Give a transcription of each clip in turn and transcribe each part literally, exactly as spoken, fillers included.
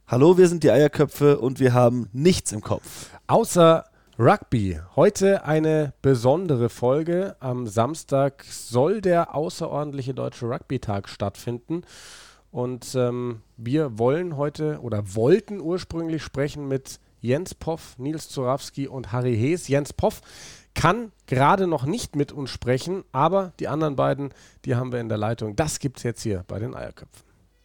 Hallo, wir sind die Eierköpfe und wir haben nichts im Kopf. Außer Rugby. Heute eine besondere Folge. Am Samstag soll der außerordentliche Deutsche Rugby-Tag stattfinden. Und ähm, wir wollen heute oder wollten ursprünglich sprechen mit Jens Poff, Nils Zurawski und Harry Hees. Jens Poff kann gerade noch nicht mit uns sprechen, aber die anderen beiden, die haben wir in der Leitung. Das gibt's jetzt hier bei den Eierköpfen.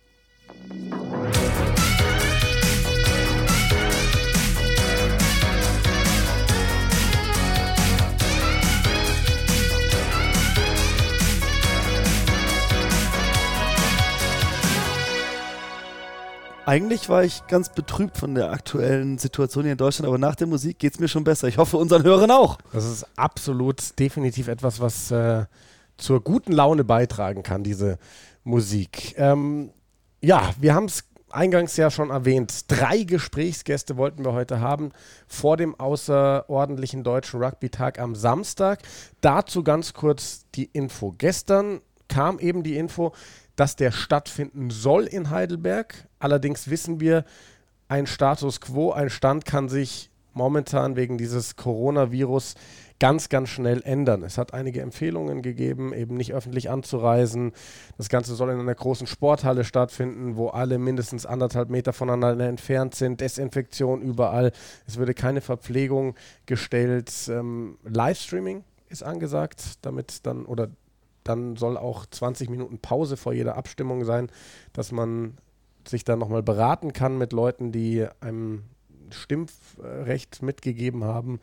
Eigentlich war ich ganz betrübt von der aktuellen Situation hier in Deutschland, aber nach der Musik geht es mir schon besser. Ich hoffe, unseren Hörern auch. Das ist absolut definitiv etwas, was äh, zur guten Laune beitragen kann, diese Musik. Ähm, ja, wir haben es eingangs ja schon erwähnt. Drei Gesprächsgäste wollten wir heute haben vor dem außerordentlichen Deutschen Rugby-Tag am Samstag. Dazu ganz kurz die Info. Gestern kam eben die Info, dass der stattfinden soll in Heidelberg. Allerdings wissen wir, ein Status quo, ein Stand kann sich momentan wegen dieses Coronavirus ganz, ganz schnell ändern. Es hat einige Empfehlungen gegeben, eben nicht öffentlich anzureisen. Das Ganze soll in einer großen Sporthalle stattfinden, wo alle mindestens anderthalb Meter voneinander entfernt sind. Desinfektion überall. Es würde keine Verpflegung gestellt. Ähm, Livestreaming ist angesagt, damit dann, oder dann soll auch zwanzig Minuten Pause vor jeder Abstimmung sein, dass man sich dann nochmal beraten kann mit Leuten, die einem Stimmrecht mitgegeben haben.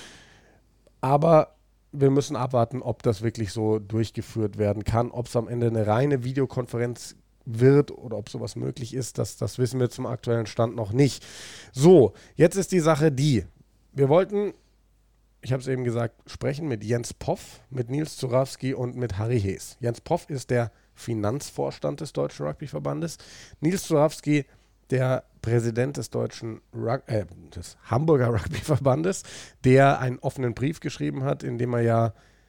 Aber wir müssen abwarten, ob das wirklich so durchgeführt werden kann, ob es am Ende eine reine Videokonferenz wird oder ob sowas möglich ist. Das, das wissen wir zum aktuellen Stand noch nicht. So, jetzt ist die Sache die. Wir wollten, ich habe es eben gesagt, sprechen mit Jens Poff, mit Nils Zurawski und mit Harry Hees. Jens Poff ist der Finanzvorstand des Deutschen Rugbyverbandes. Nils Zurawski, der Präsident des deutschen Rug- äh, des Hamburger Rugbyverbandes, der einen offenen Brief geschrieben hat, in dem er ja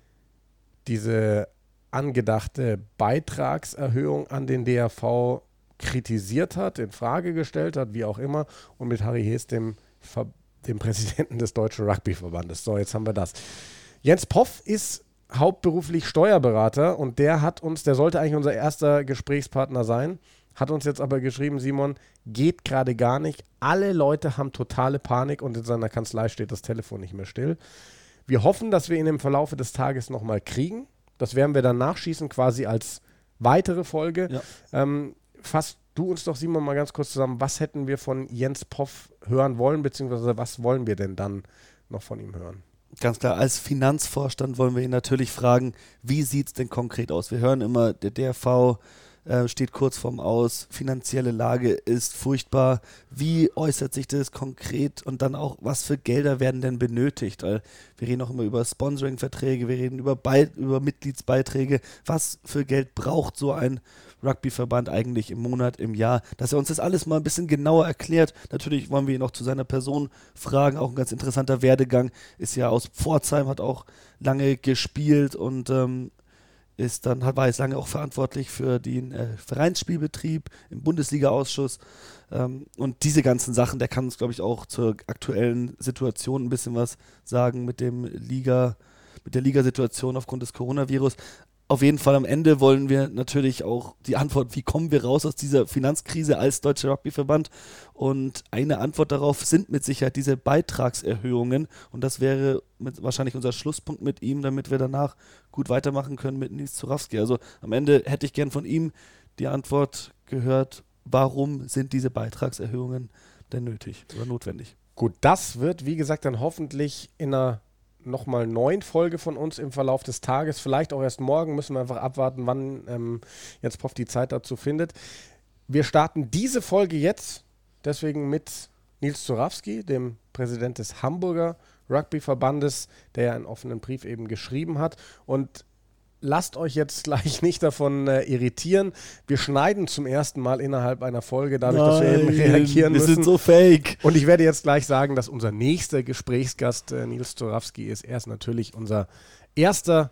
diese angedachte Beitragserhöhung an den D R V kritisiert hat, in Frage gestellt hat, wie auch immer. Und mit Harry Hees, dem Ver- dem Präsidenten des Deutschen Rugbyverbandes. So, jetzt haben wir das. Jens Poff ist hauptberuflich Steuerberater und der hat uns, der sollte eigentlich unser erster Gesprächspartner sein, hat uns jetzt aber geschrieben, Simon, geht gerade gar nicht. Alle Leute haben totale Panik und in seiner Kanzlei steht das Telefon nicht mehr still. Wir hoffen, dass wir ihn im Verlaufe des Tages nochmal kriegen. Das werden wir dann nachschießen, quasi als weitere Folge. Ja. Ähm, fast Du uns doch, Simon, mal ganz kurz zusammen, was hätten wir von Jens Poff hören wollen, beziehungsweise was wollen wir denn dann noch von ihm hören? Ganz klar, als Finanzvorstand wollen wir ihn natürlich fragen, wie sieht es denn konkret aus? Wir hören immer, der D R V äh, steht kurz vorm Aus, finanzielle Lage ist furchtbar. Wie äußert sich das konkret und dann auch, was für Gelder werden denn benötigt? Weil wir reden auch immer über Sponsoring-Verträge, wir reden über, Be- über Mitgliedsbeiträge. Was für Geld braucht so ein Rugbyverband eigentlich im Monat, im Jahr, dass er uns das alles mal ein bisschen genauer erklärt. Natürlich wollen wir ihn auch zu seiner Person fragen, auch ein ganz interessanter Werdegang, ist ja aus Pforzheim, hat auch lange gespielt und ähm, ist dann, war jetzt lange auch verantwortlich für den äh, Vereinsspielbetrieb im Bundesliga-Ausschuss ähm, und diese ganzen Sachen, der kann uns, glaube ich, auch zur aktuellen Situation ein bisschen was sagen mit dem Liga, mit der Ligasituation aufgrund des Coronavirus. Auf jeden Fall am Ende wollen wir natürlich auch die Antwort, wie kommen wir raus aus dieser Finanzkrise als Deutscher Rugbyverband? Und eine Antwort darauf sind mit Sicherheit diese Beitragserhöhungen. Und das wäre mit, wahrscheinlich unser Schlusspunkt mit ihm, damit wir danach gut weitermachen können mit Nils Zurawski. Also am Ende hätte ich gern von ihm die Antwort gehört, warum sind diese Beitragserhöhungen denn nötig oder notwendig? Gut, das wird, wie gesagt, dann hoffentlich in einer nochmal neun Folge von uns im Verlauf des Tages, vielleicht auch erst morgen, müssen wir einfach abwarten, wann ähm, Jens Poff die Zeit dazu findet. Wir starten diese Folge jetzt deswegen mit Nils Zurawski, dem Präsident des Hamburger Rugbyverbandes, der ja einen offenen Brief eben geschrieben hat. Und lasst euch jetzt gleich nicht davon äh, irritieren. Wir schneiden zum ersten Mal innerhalb einer Folge, dadurch, Nein, dass wir eben reagieren wir müssen. Wir sind so fake. Und ich werde jetzt gleich sagen, dass unser nächster Gesprächsgast äh, Nils Zurawski ist. Er ist natürlich unser erster,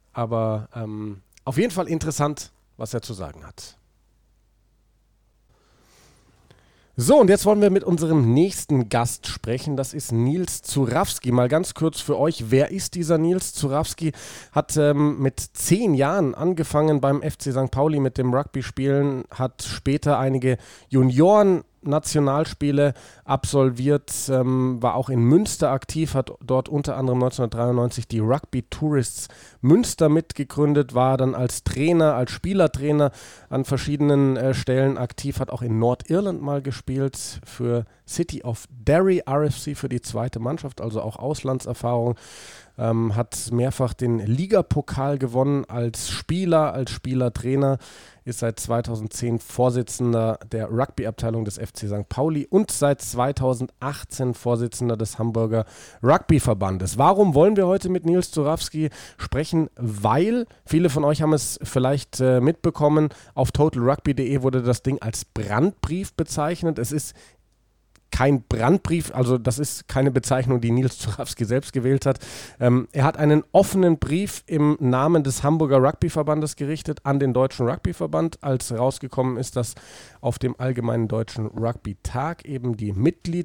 aber ähm, auf jeden Fall interessant, was er zu sagen hat. So, und jetzt wollen wir mit unserem nächsten Gast sprechen. Das ist Nils Zurawski. Mal ganz kurz für euch, wer ist dieser Nils Zurawski? Hat ähm, mit zehn Jahren angefangen beim F C Sankt Pauli mit dem Rugby-Spielen, hat später einige Junioren Nationalspiele absolviert, ähm, war auch in Münster aktiv, hat dort unter anderem neunzehnhundertdreiundneunzig die Rugby Tourists Münster mitgegründet, war dann als Trainer, als Spielertrainer an verschiedenen äh, Stellen aktiv, hat auch in Nordirland mal gespielt für City of Derry R F C für die zweite Mannschaft, also auch Auslandserfahrung. Ähm, hat mehrfach den Ligapokal gewonnen als Spieler, als Spielertrainer, ist seit zweitausendzehn Vorsitzender der Rugby-Abteilung des F C Sankt Pauli und seit zweitausendachtzehn Vorsitzender des Hamburger Rugby-Verbandes. Warum wollen wir heute mit Nils Zurawski sprechen? Weil, viele von euch haben es vielleicht äh, mitbekommen, auf total rugby punkt de wurde das Ding als Brandbrief bezeichnet. Es ist kein Brandbrief, also das ist keine Bezeichnung, die Nils Zurawski selbst gewählt hat. Ähm, er hat einen offenen Brief im Namen des Hamburger Rugby-Verbandes gerichtet an den Deutschen Rugby-Verband, als rausgekommen ist, dass auf dem Allgemeinen Deutschen Rugby-Tag eben die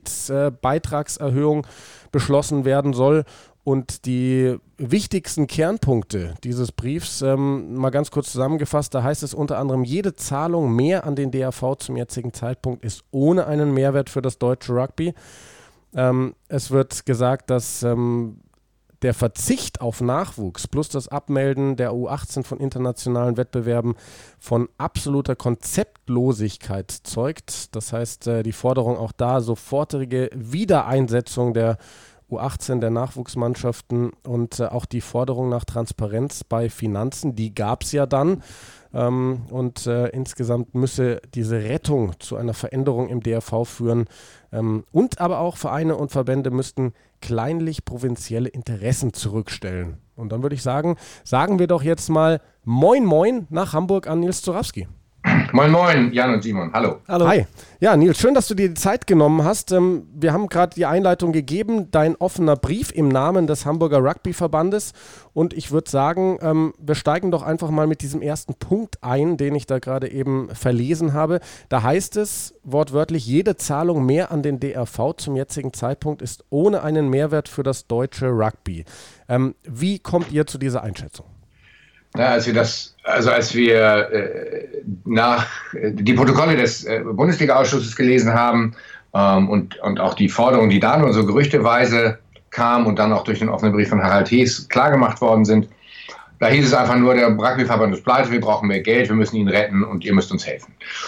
Mitgliedsbeitragserhöhung äh, beschlossen werden soll. Und die wichtigsten Kernpunkte dieses Briefs, ähm, mal ganz kurz zusammengefasst, da heißt es unter anderem, jede Zahlung mehr an den D R V zum jetzigen Zeitpunkt ist ohne einen Mehrwert für das deutsche Rugby. Ähm, es wird gesagt, dass ähm, der Verzicht auf Nachwuchs plus das Abmelden der U achtzehn von internationalen Wettbewerben von absoluter Konzeptlosigkeit zeugt. Das heißt, äh, die Forderung auch da, sofortige Wiedereinsetzung der U achtzehn der Nachwuchsmannschaften und äh, auch die Forderung nach Transparenz bei Finanzen, die gab es ja dann. Ähm, und äh, insgesamt müsse diese Rettung zu einer Veränderung im D R V führen. Ähm, und aber auch Vereine und Verbände müssten kleinlich provinzielle Interessen zurückstellen. Und dann würde ich sagen, sagen wir doch jetzt mal Moin Moin nach Hamburg an Nils Zurawski. Moin Moin, Jan und Simon, hallo. Hallo. Hi. Ja, Nils, schön, dass du dir die Zeit genommen hast. Ähm, wir haben gerade die Einleitung gegeben, dein offener Brief im Namen des Hamburger Rugby-Verbandes. Und ich würde sagen, ähm, wir steigen doch einfach mal mit diesem ersten Punkt ein, den ich da gerade eben verlesen habe. Da heißt es wortwörtlich, jede Zahlung mehr an den D R V zum jetzigen Zeitpunkt ist ohne einen Mehrwert für das deutsche Rugby. Ähm, wie kommt ihr zu dieser Einschätzung? Ja, als wir das, also als wir äh, nach äh, die Protokolle des äh, Bundesliga-Ausschusses gelesen haben ähm, und, und auch die Forderungen, die da nur so gerüchteweise kamen und dann auch durch den offenen Brief von Harald Hees klargemacht worden sind, da hieß es einfach nur, der Rugby-Verband ist pleite, wir brauchen mehr Geld, wir müssen ihn retten und ihr müsst uns helfen.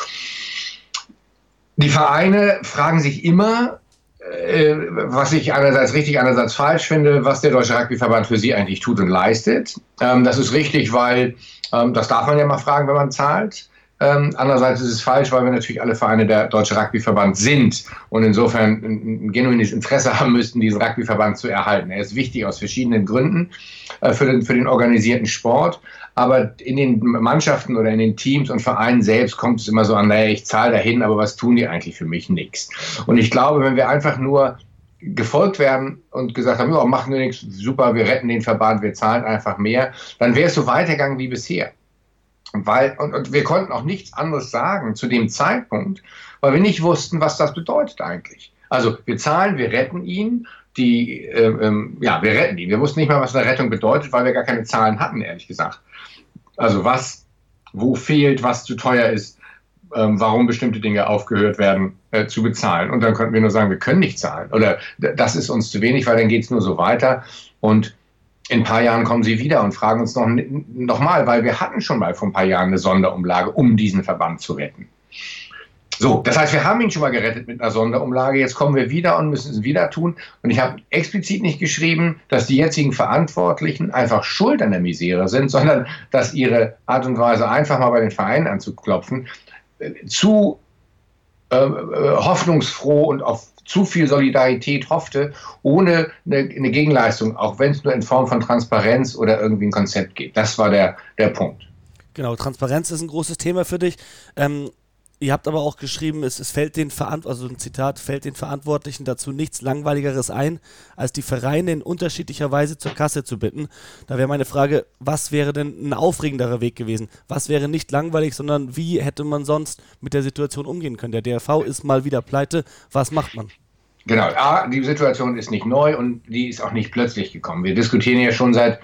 Die Vereine fragen sich immer, was ich einerseits richtig, andererseits falsch finde, was der Deutsche Rugby-Verband für sie eigentlich tut und leistet. Ähm, das ist richtig, weil ähm, das darf man ja mal fragen, wenn man zahlt. Ähm, andererseits ist es falsch, weil wir natürlich alle Vereine der Deutsche Rugby-Verband sind und insofern ein, ein genuines Interesse haben müssten, diesen Rugby-Verband zu erhalten. Er ist wichtig aus verschiedenen Gründen äh, für den, für den organisierten Sport. Aber in den Mannschaften oder in den Teams und Vereinen selbst kommt es immer so an, naja, ich zahle dahin, aber was tun die eigentlich für mich? Nix. Und ich glaube, wenn wir einfach nur gefolgt werden und gesagt haben, ja, machen wir nichts, super, wir retten den Verband, wir zahlen einfach mehr, dann wäre es so weitergegangen wie bisher. Weil, und, und wir konnten auch nichts anderes sagen zu dem Zeitpunkt, weil wir nicht wussten, was das bedeutet eigentlich. Also wir zahlen, wir retten ihn, die, äh, ähm, ja, wir retten ihn. Wir wussten nicht mal, was eine Rettung bedeutet, weil wir gar keine Zahlen hatten, ehrlich gesagt. Also was, wo fehlt, was zu teuer ist, ähm, warum bestimmte Dinge aufgehört werden äh, zu bezahlen. Und dann konnten wir nur sagen, wir können nicht zahlen. Oder das ist uns zu wenig, weil dann geht es nur so weiter. Und in ein paar Jahren kommen sie wieder und fragen uns noch, noch mal, weil wir hatten schon mal vor ein paar Jahren eine Sonderumlage, um diesen Verband zu retten. So, das heißt, wir haben ihn schon mal gerettet mit einer Sonderumlage, jetzt kommen wir wieder und müssen es wieder tun. Und ich habe explizit nicht geschrieben, dass die jetzigen Verantwortlichen einfach schuld an der Misere sind, sondern dass ihre Art und Weise, einfach mal bei den Vereinen anzuklopfen, zu äh, hoffnungsfroh und auf zu viel Solidarität hoffte, ohne eine, eine Gegenleistung, auch wenn es nur in Form von Transparenz oder irgendwie ein Konzept geht. Das war der, der Punkt. Genau, Transparenz ist ein großes Thema für dich. Ähm, Ihr habt aber auch geschrieben, es, es fällt den Verant- also ein Zitat, fällt den Verantwortlichen dazu nichts Langweiligeres ein, als die Vereine in unterschiedlicher Weise zur Kasse zu bitten. Da wäre meine Frage, was wäre denn ein aufregenderer Weg gewesen? Was wäre nicht langweilig, sondern wie hätte man sonst mit der Situation umgehen können? Der D R V ist mal wieder pleite, was macht man? Genau, A, die Situation ist nicht neu und die ist auch nicht plötzlich gekommen. Wir diskutieren ja schon seit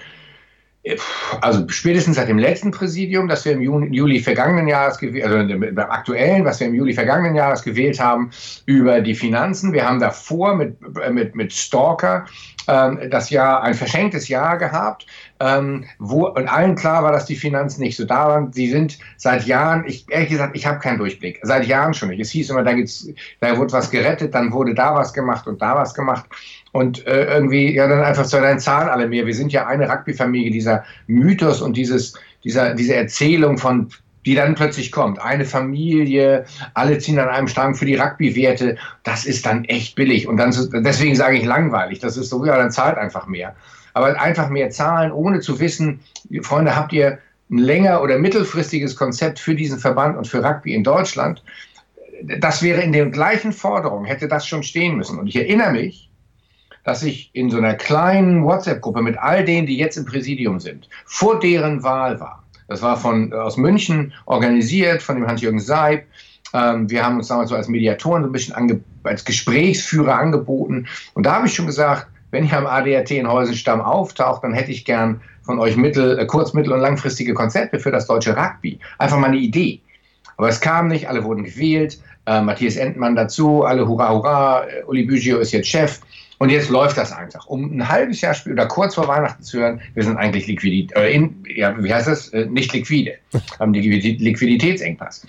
Also spätestens seit dem letzten Präsidium, das wir im Juni, Juli vergangenen Jahres gewählt, also beim aktuellen, was wir im Juli vergangenen Jahres gewählt haben, über die Finanzen. Wir haben davor mit, mit, mit Stalker ähm, das Jahr, ein verschenktes Jahr gehabt, ähm, wo und allen klar war, dass die Finanzen nicht so da waren. Sie sind seit Jahren, ich, ehrlich gesagt, ich habe keinen Durchblick, seit Jahren schon nicht. Es hieß immer, da, gibt's, da wurde was gerettet, dann wurde da was gemacht und da was gemacht. Und äh, irgendwie, ja, dann einfach so, dann zahlen alle mehr. Wir sind ja eine Rugby-Familie, dieser Mythos und dieses, dieser, diese Erzählung von, die dann plötzlich kommt. Eine Familie, alle ziehen an einem Strang für die Rugby-Werte. Das ist dann echt billig. Und dann, deswegen sage ich langweilig. Das ist so, ja, dann zahlt einfach mehr. Aber einfach mehr zahlen, ohne zu wissen, Freunde, habt ihr ein länger- oder mittelfristiges Konzept für diesen Verband und für Rugby in Deutschland? Das wäre in den gleichen Forderungen, hätte das schon stehen müssen. Und ich erinnere mich, dass ich in so einer kleinen WhatsApp-Gruppe mit all denen, die jetzt im Präsidium sind, vor deren Wahl war. Das war von, aus München organisiert, von dem Hans-Jürgen Seib. Ähm, wir haben uns damals so als Mediatoren so ein bisschen ange, als Gesprächsführer angeboten. Und da habe ich schon gesagt, wenn ihr am A D R T in Heusenstamm auftaucht, dann hätte ich gern von euch mittel, äh, kurz-, mittel- und langfristige Konzepte für das deutsche Rugby. Einfach mal eine Idee. Aber es kam nicht, alle wurden gewählt. Äh, Matthias Entmann dazu, alle hurra, hurra. Äh, Uli Bügio ist jetzt Chef. Und jetzt läuft das einfach. Um ein halbes Jahr später oder kurz vor Weihnachten zu hören, wir sind eigentlich liquid, äh, in, ja, wie heißt das? Äh, nicht liquide. Haben die Liquiditätsengpass.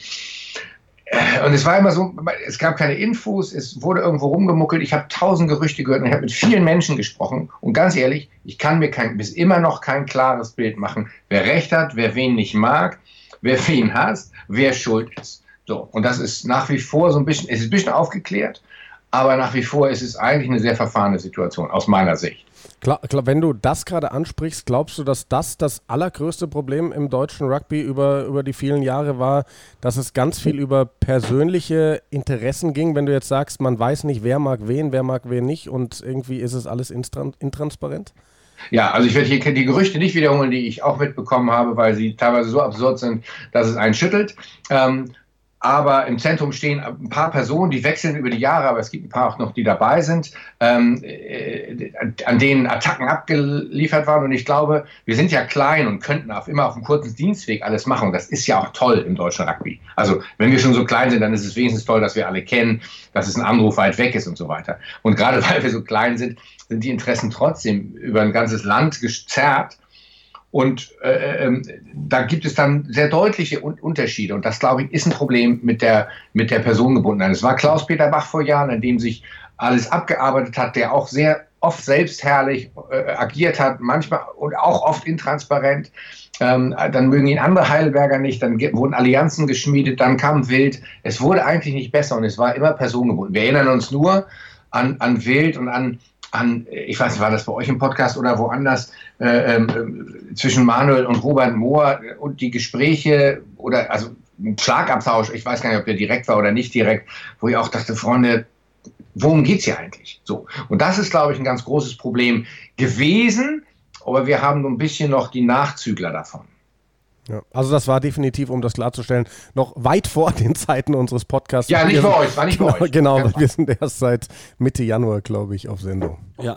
Äh, und es war immer so, es gab keine Infos, es wurde irgendwo rumgemuckelt. Ich habe tausend Gerüchte gehört und ich habe mit vielen Menschen gesprochen. Und ganz ehrlich, ich kann mir kein, bis immer noch kein klares Bild machen, wer Recht hat, wer wen nicht mag, wer wen hasst, wer schuld ist. So. Und das ist nach wie vor so ein bisschen, es ist ein bisschen aufgeklärt. Aber nach wie vor ist es eigentlich eine sehr verfahrene Situation, aus meiner Sicht. Klar, klar, wenn du das gerade ansprichst, glaubst du, dass das das allergrößte Problem im deutschen Rugby über, über die vielen Jahre war, dass es ganz viel über persönliche Interessen ging? Wenn du jetzt sagst, man weiß nicht, wer mag wen, wer mag wen nicht und irgendwie ist es alles instran- intransparent? Ja, also ich werde hier die Gerüchte nicht wiederholen, die ich auch mitbekommen habe, weil sie teilweise so absurd sind, dass es einen schüttelt. Ähm, Aber im Zentrum stehen ein paar Personen, die wechseln über die Jahre, aber es gibt ein paar auch noch, die dabei sind, ähm, äh, an denen Attacken abgeliefert waren. Und ich glaube, wir sind ja klein und könnten auf, immer auf einem kurzen Dienstweg alles machen. Und das ist ja auch toll im deutschen Rugby. Also wenn wir schon so klein sind, dann ist es wenigstens toll, dass wir alle kennen, dass es ein Anruf weit weg ist und so weiter. Und gerade weil wir so klein sind, sind die Interessen trotzdem über ein ganzes Land gezerrt. Und äh, äh, da gibt es dann sehr deutliche Un- Unterschiede. Und das, glaube ich, ist ein Problem mit der, mit der Personengebundenheit. Es war Klaus-Peter Bach vor Jahren, in dem sich alles abgearbeitet hat, der auch sehr oft selbstherrlich äh, agiert hat, manchmal und auch oft intransparent. Ähm, dann mögen ihn andere Heidelberger nicht, dann ge- wurden Allianzen geschmiedet, dann kam Wild. Es wurde eigentlich nicht besser und es war immer personengebunden. Wir erinnern uns nur an, an Wild und an an, ich weiß nicht, war das bei euch im Podcast oder woanders, äh, äh, zwischen Manuel und Robert Mohr und die Gespräche oder also ein Schlagabtausch, ich weiß gar nicht, ob der direkt war oder nicht direkt, wo ich auch dachte, Freunde, worum geht's hier eigentlich? So. Und das ist, glaube ich, ein ganz großes Problem gewesen, aber wir haben so ein bisschen noch die Nachzügler davon. Ja, also das war definitiv, um das klarzustellen, noch weit vor den Zeiten unseres Podcasts. Ja, nicht wir bei sind, euch, war nicht genau, bei euch. Genau, weil wir sind erst seit Mitte Januar, glaube ich, auf Sendung. Ja,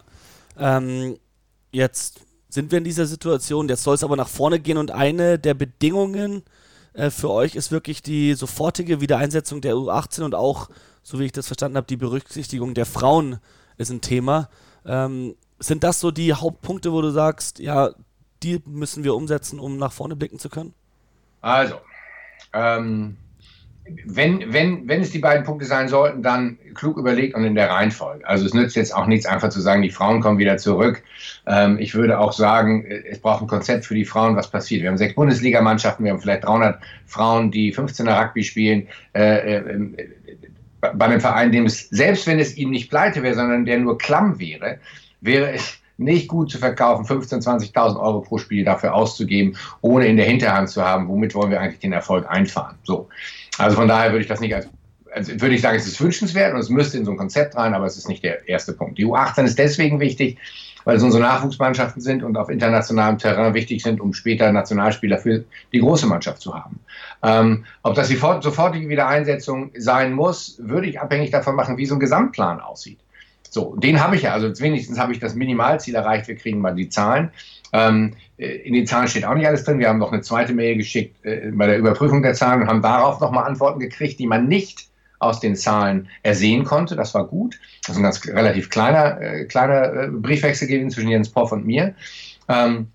ähm, jetzt sind wir in dieser Situation, jetzt soll es aber nach vorne gehen und eine der Bedingungen äh, für euch ist wirklich die sofortige Wiedereinsetzung der U achtzehn und auch, so wie ich das verstanden habe, die Berücksichtigung der Frauen ist ein Thema. Ähm, sind das so die Hauptpunkte, wo du sagst, ja, die müssen wir umsetzen, um nach vorne blicken zu können? Also, ähm, wenn, wenn, wenn es die beiden Punkte sein sollten, dann klug überlegt und in der Reihenfolge. Also es nützt jetzt auch nichts, einfach zu sagen, die Frauen kommen wieder zurück. Ähm, ich würde auch sagen, es braucht ein Konzept für die Frauen, was passiert. Wir haben sechs Bundesligamannschaften, wir haben vielleicht dreihundert Frauen, die fünfzehner Rugby spielen. Äh, äh, bei einem Verein, dem es, selbst wenn es ihnen nicht pleite wäre, sondern der nur klamm wäre, wäre es nicht gut zu verkaufen, fünfzehntausend, zwanzigtausend Euro pro Spiel dafür auszugeben, ohne in der Hinterhand zu haben, womit wollen wir eigentlich den Erfolg einfahren. So. Also von daher würde ich das nicht als, also würde ich sagen, es ist wünschenswert und es müsste in so ein Konzept rein, aber es ist nicht der erste Punkt. Die U achtzehn ist deswegen wichtig, weil es unsere Nachwuchsmannschaften sind und auf internationalem Terrain wichtig sind, um später Nationalspieler für die große Mannschaft zu haben. Ähm, ob das die sofortige Wiedereinsetzung sein muss, würde ich abhängig davon machen, wie so ein Gesamtplan aussieht. So, den habe ich ja, also wenigstens habe ich das Minimalziel erreicht, wir kriegen mal die Zahlen. Ähm, in den Zahlen steht auch nicht alles drin, wir haben noch eine zweite Mail geschickt äh, bei der Überprüfung der Zahlen und haben darauf nochmal Antworten gekriegt, die man nicht aus den Zahlen ersehen konnte, das war gut. Das ist ein ganz relativ kleiner, äh, kleiner äh, Briefwechsel gewesen zwischen Jens Poff und mir. Ähm,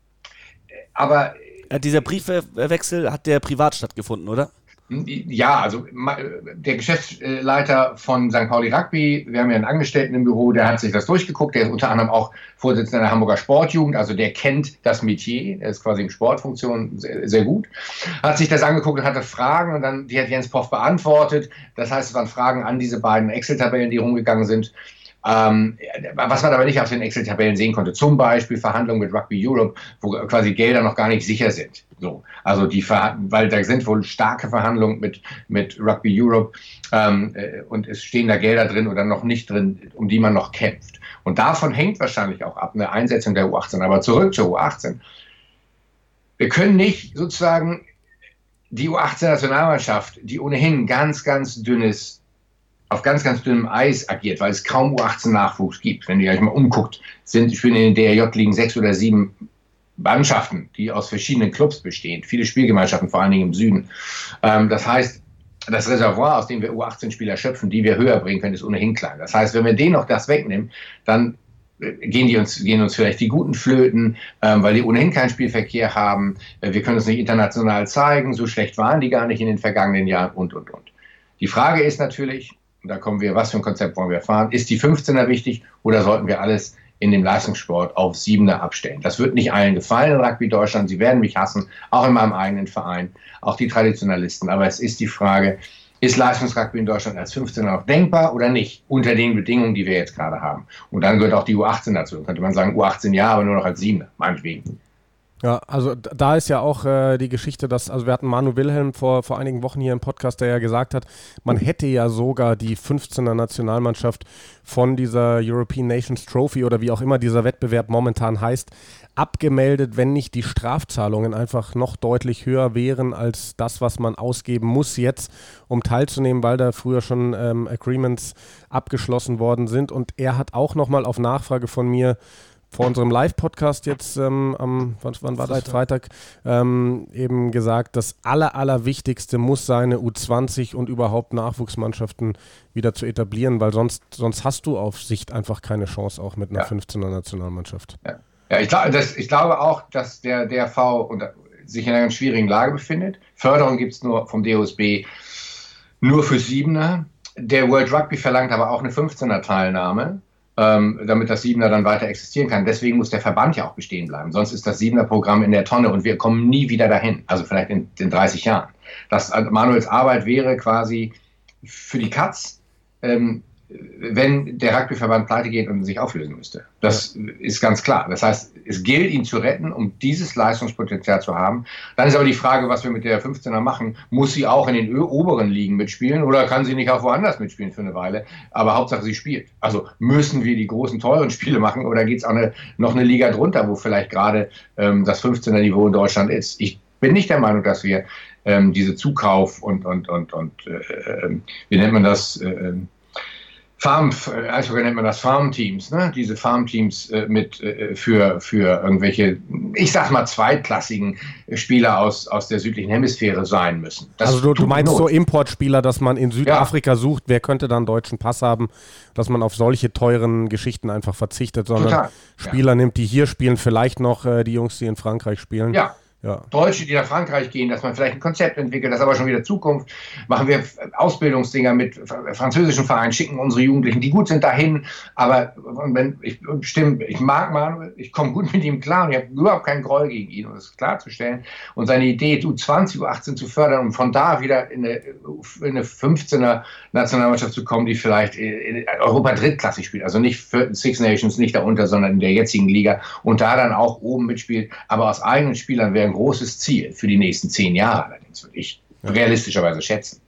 aber äh, dieser Briefwechsel hat der privat stattgefunden, oder? Ja, also der Geschäftsleiter von Sankt Pauli Rugby, wir haben ja einen Angestellten im Büro, der hat sich das durchgeguckt, der ist unter anderem auch Vorsitzender der Hamburger Sportjugend, also der kennt das Metier, der ist quasi in Sportfunktion sehr, sehr gut, hat sich das angeguckt und hatte Fragen und dann, die hat Jens Poff beantwortet, das heißt, es waren Fragen an diese beiden Excel-Tabellen, die rumgegangen sind. Ähm, was man aber nicht auf den Excel-Tabellen sehen konnte, zum Beispiel Verhandlungen mit Rugby Europe, wo quasi Gelder noch gar nicht sicher sind. So, also die, weil da sind wohl starke Verhandlungen mit, mit Rugby Europe ähm, und es stehen da Gelder drin oder noch nicht drin, um die man noch kämpft. Und davon hängt wahrscheinlich auch ab eine Einsetzung der U achtzehn. Aber zurück zur U achtzehn. Wir können nicht sozusagen die U achtzehn-Nationalmannschaft, die ohnehin ganz, ganz dünnes auf ganz, ganz dünnem Eis agiert, weil es kaum U achtzehn-Nachwuchs gibt. Wenn ihr euch mal umguckt, sind, ich bin in den D R J-Ligen sechs oder sieben Mannschaften, die aus verschiedenen Clubs bestehen, viele Spielgemeinschaften, vor allen Dingen im Süden. Ähm, das heißt, das Reservoir, aus dem wir U achtzehn-Spieler schöpfen, die wir höher bringen können, ist ohnehin klein. Das heißt, wenn wir denen noch das wegnehmen, dann gehen, die uns, gehen uns vielleicht die Guten flöten, ähm, weil die ohnehin keinen Spielverkehr haben. Wir können uns nicht international zeigen, so schlecht waren die gar nicht in den vergangenen Jahren und, und, und. Die Frage ist natürlich, und da kommen wir, was für ein Konzept wollen wir fahren, ist die fünfzehner wichtig oder sollten wir alles in dem Leistungssport auf Siebener abstellen? Das wird nicht allen gefallen in Rugby Deutschland, sie werden mich hassen, auch in meinem eigenen Verein, auch die Traditionalisten, aber es ist die Frage, ist Leistungsrugby in Deutschland als fünfzehner noch denkbar oder nicht, unter den Bedingungen, die wir jetzt gerade haben? Und dann gehört auch die U achtzehn dazu, dann könnte man sagen U achtzehn ja, aber nur noch als Siebener, meinetwegen. Ja, also da ist ja auch äh, die Geschichte, dass, also wir hatten Manu Wilhelm vor, vor einigen Wochen hier im Podcast, der ja gesagt hat, man hätte ja sogar die fünfzehner Nationalmannschaft von dieser European Nations Trophy oder wie auch immer dieser Wettbewerb momentan heißt, abgemeldet, wenn nicht die Strafzahlungen einfach noch deutlich höher wären als das, was man ausgeben muss jetzt, um teilzunehmen, weil da früher schon ähm, Agreements abgeschlossen worden sind. Und er hat auch nochmal auf Nachfrage von mir vor unserem Live-Podcast jetzt ähm, am, wann, wann war das, Freitag, ähm, eben gesagt, das aller, allerwichtigste muss sein, eine U zwanzig und überhaupt Nachwuchsmannschaften wieder zu etablieren, weil sonst, sonst hast du auf Sicht einfach keine Chance, auch mit einer ja. fünfzehner Nationalmannschaft. Ja, ja ich, glaub, das, ich glaube auch, dass der D R V unter, sich in einer ganz schwierigen Lage befindet. Förderung gibt es nur vom D O S B nur für Siebener. Der World Rugby verlangt aber auch eine fünfzehner Teilnahme. Ähm, damit das Siebener dann weiter existieren kann. Deswegen muss der Verband ja auch bestehen bleiben. Sonst ist das Siebener-Programm in der Tonne und wir kommen nie wieder dahin. Also vielleicht in, in dreißig Jahren. Das, also Manuels Arbeit wäre quasi für die Katz, ähm, wenn der Rugbyverband pleite geht und sich auflösen müsste. Das ja. ist ganz klar. Das heißt, es gilt, ihn zu retten, um dieses Leistungspotenzial zu haben. Dann ist aber die Frage, was wir mit der fünfzehner machen. Muss sie auch in den Ö- oberen Ligen mitspielen oder kann sie nicht auch woanders mitspielen für eine Weile? Aber Hauptsache, sie spielt. Also müssen wir die großen, teuren Spiele machen oder geht es auch eine, noch eine Liga drunter, wo vielleicht gerade ähm, das fünfzehner Niveau in Deutschland ist? Ich bin nicht der Meinung, dass wir ähm, diese Zukauf und, und, und, und äh, wie nennt man das, äh, Farm, also nennt man das Farmteams, ne? Diese Farmteams äh, mit äh, für, für irgendwelche, ich sag mal, zweitklassigen Spieler aus, aus der südlichen Hemisphäre sein müssen. Das also du, du meinst Not. So Importspieler, dass man in Südafrika ja. sucht, wer könnte dann einen deutschen Pass haben, dass man auf solche teuren Geschichten einfach verzichtet, sondern Total. Spieler ja. nimmt, die hier spielen, vielleicht noch äh, die Jungs, die in Frankreich spielen. Ja. Ja. Deutsche, die nach Frankreich gehen, dass man vielleicht ein Konzept entwickelt, das ist aber schon wieder Zukunft. Machen wir Ausbildungsdinger mit französischen Vereinen, schicken unsere Jugendlichen, die gut sind, dahin. Aber wenn ich bestimmt, ich mag Manuel, ich komme gut mit ihm klar und ich habe überhaupt keinen Groll gegen ihn, um das klarzustellen. Und seine Idee, U zwanzig, U achtzehn zu fördern und von da wieder in eine, in eine fünfzehner Nationalmannschaft zu kommen, die vielleicht in Europa drittklassig spielt. Also nicht für Six Nations, nicht darunter, sondern in der jetzigen Liga und da dann auch oben mitspielt. Aber aus eigenen Spielern wäre ein großes Ziel für die nächsten zehn Jahre allerdings, würde ich realistischerweise schätzen.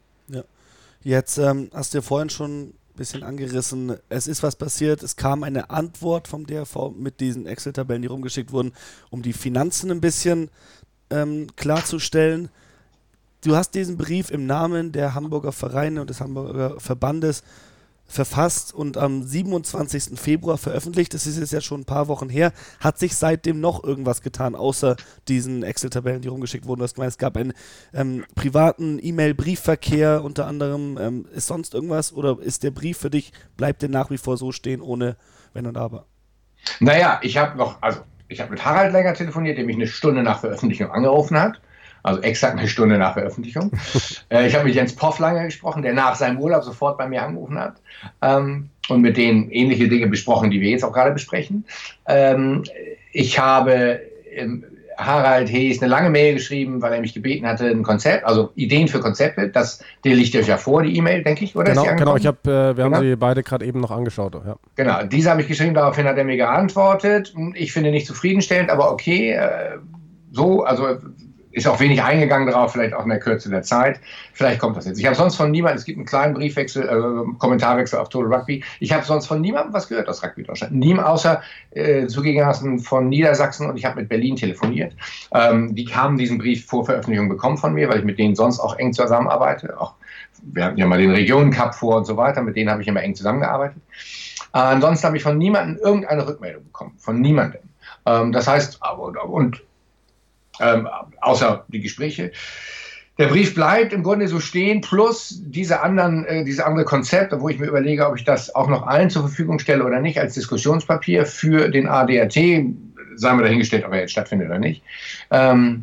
Jetzt ähm, hast du ja vorhin schon ein bisschen angerissen, es ist was passiert, es kam eine Antwort vom D R V mit diesen Excel-Tabellen, die rumgeschickt wurden, um die Finanzen ein bisschen ähm, klarzustellen. Du hast diesen Brief im Namen der Hamburger Vereine und des Hamburger Verbandes verfasst und am siebenundzwanzigsten Februar veröffentlicht. Das ist jetzt ja schon ein paar Wochen her. Hat sich seitdem noch irgendwas getan, außer diesen Excel-Tabellen, die rumgeschickt wurden? Du hast gemeint, es gab einen ähm, privaten E-Mail-Briefverkehr unter anderem. Ähm, ist sonst irgendwas oder ist der Brief für dich, bleibt der nach wie vor so stehen, ohne Wenn und Aber? Naja, ich habe noch, also ich habe mit Harald länger telefoniert, der mich eine Stunde nach Veröffentlichung angerufen hat. Also exakt eine Stunde nach Veröffentlichung. äh, ich habe mit Jens Poff lange gesprochen, der nach seinem Urlaub sofort bei mir angerufen hat ähm, und mit denen ähnliche Dinge besprochen, die wir jetzt auch gerade besprechen. Ähm, ich habe ähm, Harald Hees eine lange Mail geschrieben, weil er mich gebeten hatte, ein Konzept, also Ideen für Konzepte. Das, die liegt euch ja vor, die E-Mail, denke ich, oder? Genau, genau. Ich hab, äh, wir haben genau. sie beide gerade eben noch angeschaut. Ja. Genau, diese habe ich geschrieben, daraufhin hat er mir geantwortet. Ich finde nicht zufriedenstellend, aber okay, äh, so, also ist auch wenig eingegangen darauf, vielleicht auch in der Kürze der Zeit. Vielleicht kommt das jetzt. Ich habe sonst von niemandem, es gibt einen kleinen Briefwechsel, äh, Kommentarwechsel auf Total Rugby. Ich habe sonst von niemandem was gehört aus Rugby Deutschland. Niemand außer äh, zugegebenermaßen von Niedersachsen, und ich habe mit Berlin telefoniert. Ähm, die haben diesen Brief vor Veröffentlichung bekommen von mir, weil ich mit denen sonst auch eng zusammenarbeite. Auch, wir hatten ja mal den Regionencup vor und so weiter, mit denen habe ich immer eng zusammengearbeitet. Äh, ansonsten habe ich von niemandem irgendeine Rückmeldung bekommen. Von niemandem. Ähm, das heißt, und Ähm, außer die Gespräche. Der Brief bleibt im Grunde so stehen, plus diese anderen, äh, diese andere Konzepte, wo ich mir überlege, ob ich das auch noch allen zur Verfügung stelle oder nicht, als Diskussionspapier für den A D R T, sei mal dahingestellt, ob er jetzt stattfindet oder nicht. Ähm,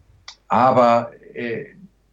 aber äh,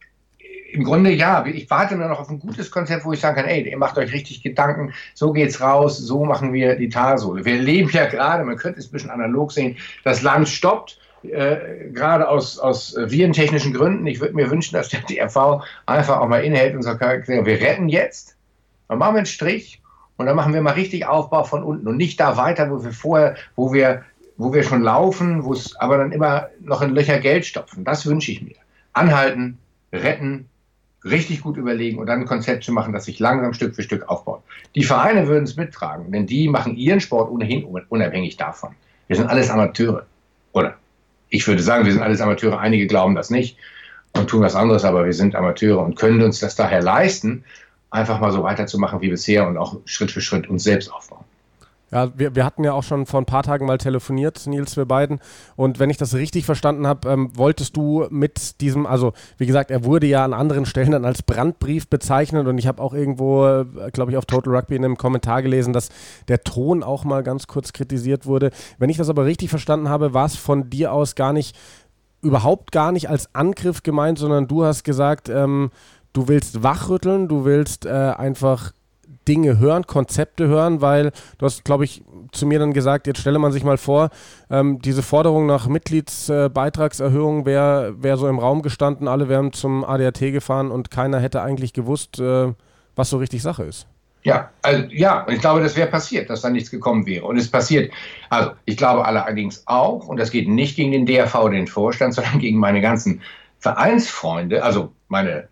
im Grunde ja, ich warte nur noch auf ein gutes Konzept, wo ich sagen kann, ey, ihr macht euch richtig Gedanken, so geht's raus, so machen wir die Talsohle. Wir leben ja gerade, man könnte es ein bisschen analog sehen, das Land stoppt, Äh, gerade aus, aus virentechnischen Gründen. Ich würde mir wünschen, dass der D R V einfach auch mal innehält und sagt, wir retten jetzt, dann machen wir einen Strich und dann machen wir mal richtig Aufbau von unten und nicht da weiter, wo wir vorher, wo wir, wo wir schon laufen, wo es aber dann immer noch in Löcher Geld stopfen. Das wünsche ich mir. Anhalten, retten, richtig gut überlegen und dann ein Konzept zu machen, das sich langsam Stück für Stück aufbaut. Die Vereine würden es mittragen, denn die machen ihren Sport ohnehin unabhängig davon. Wir sind alles Amateure, oder? Ich würde sagen, wir sind alles Amateure, einige glauben das nicht und tun was anderes, aber wir sind Amateure und können uns das daher leisten, einfach mal so weiterzumachen wie bisher und auch Schritt für Schritt uns selbst aufbauen. Ja, wir, wir hatten ja auch schon vor ein paar Tagen mal telefoniert, Nils, wir beiden. Und wenn ich das richtig verstanden habe, ähm, wolltest du mit diesem, also wie gesagt, er wurde ja an anderen Stellen dann als Brandbrief bezeichnet und ich habe auch irgendwo, äh, glaube ich, auf Total Rugby in einem Kommentar gelesen, dass der Ton auch mal ganz kurz kritisiert wurde. Wenn ich das aber richtig verstanden habe, war es von dir aus gar nicht, überhaupt gar nicht als Angriff gemeint, sondern du hast gesagt, ähm, du willst wachrütteln, du willst äh, einfach Dinge hören, Konzepte hören, weil du hast, glaube ich, zu mir dann gesagt, jetzt stelle man sich mal vor, ähm, diese Forderung nach Mitgliedsbeitragserhöhung wäre wär so im Raum gestanden, alle wären zum A D R T gefahren und keiner hätte eigentlich gewusst, äh, was so richtig Sache ist. Ja, also ja, und ich glaube, das wäre passiert, dass da nichts gekommen wäre. Und es passiert, also ich glaube allerdings auch, und das geht nicht gegen den D R V, den Vorstand, sondern gegen meine ganzen Vereinsfreunde, also meine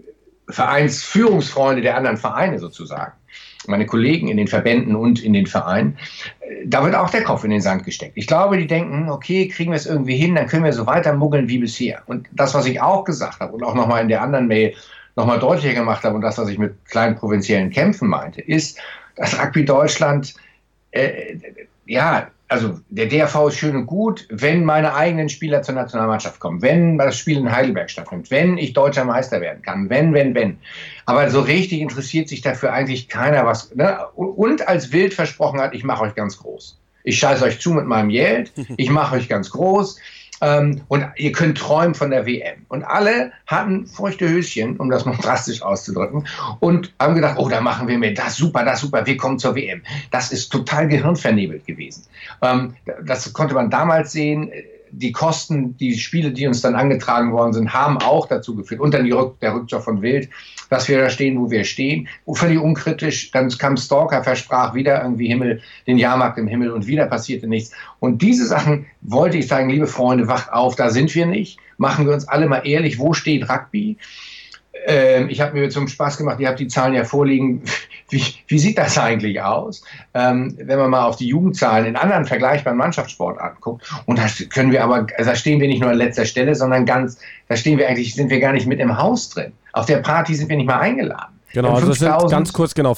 Vereinsführungsfreunde der anderen Vereine sozusagen, meine Kollegen in den Verbänden und in den Vereinen, da wird auch der Kopf in den Sand gesteckt. Ich glaube, die denken, okay, kriegen wir es irgendwie hin, dann können wir so weiter muggeln wie bisher. Und das, was ich auch gesagt habe und auch nochmal in der anderen Mail nochmal deutlicher gemacht habe und das, was ich mit kleinen provinziellen Kämpfen meinte, ist, dass Rugby Deutschland, äh, ja, also der D R V ist schön und gut, wenn meine eigenen Spieler zur Nationalmannschaft kommen, wenn das Spiel in Heidelberg stattfindet, wenn ich deutscher Meister werden kann, wenn, wenn, wenn. Aber so richtig interessiert sich dafür eigentlich keiner, was, ne? Und als Wild versprochen hat, ich mache euch ganz groß. Ich scheiße euch zu mit meinem Geld, ich mache euch ganz groß. Ähm, und ihr könnt träumen von der W M. Und alle hatten feuchte Höschen, um das mal drastisch auszudrücken, und haben gedacht, oh, da machen wir mit, das super, das super, wir kommen zur W M. Das ist total gehirnvernebelt gewesen. Ähm, das konnte man damals sehen. Die Kosten, die Spiele, die uns dann angetragen worden sind, haben auch dazu geführt, und dann die Rück, der Rückzug von Wild, dass wir da stehen, wo wir stehen. Und völlig unkritisch, dann kam Stalker, versprach wieder irgendwie Himmel, den Jahrmarkt im Himmel, und wieder passierte nichts. Und diese Sachen wollte ich sagen, liebe Freunde, wacht auf, da sind wir nicht. Machen wir uns alle mal ehrlich, wo steht Rugby? Ähm, ich habe mir zum Spaß gemacht, ihr habt die Zahlen ja vorliegen. Wie, wie sieht das eigentlich aus, ähm, wenn man mal auf die Jugendzahlen in anderen vergleichbaren Mannschaftssport anguckt? Und da können wir aber, also da stehen wir nicht nur an letzter Stelle, sondern ganz, da stehen wir eigentlich, sind wir gar nicht mit im Haus drin. Auf der Party sind wir nicht mal eingeladen. Genau, also das sind ganz kurz, genau,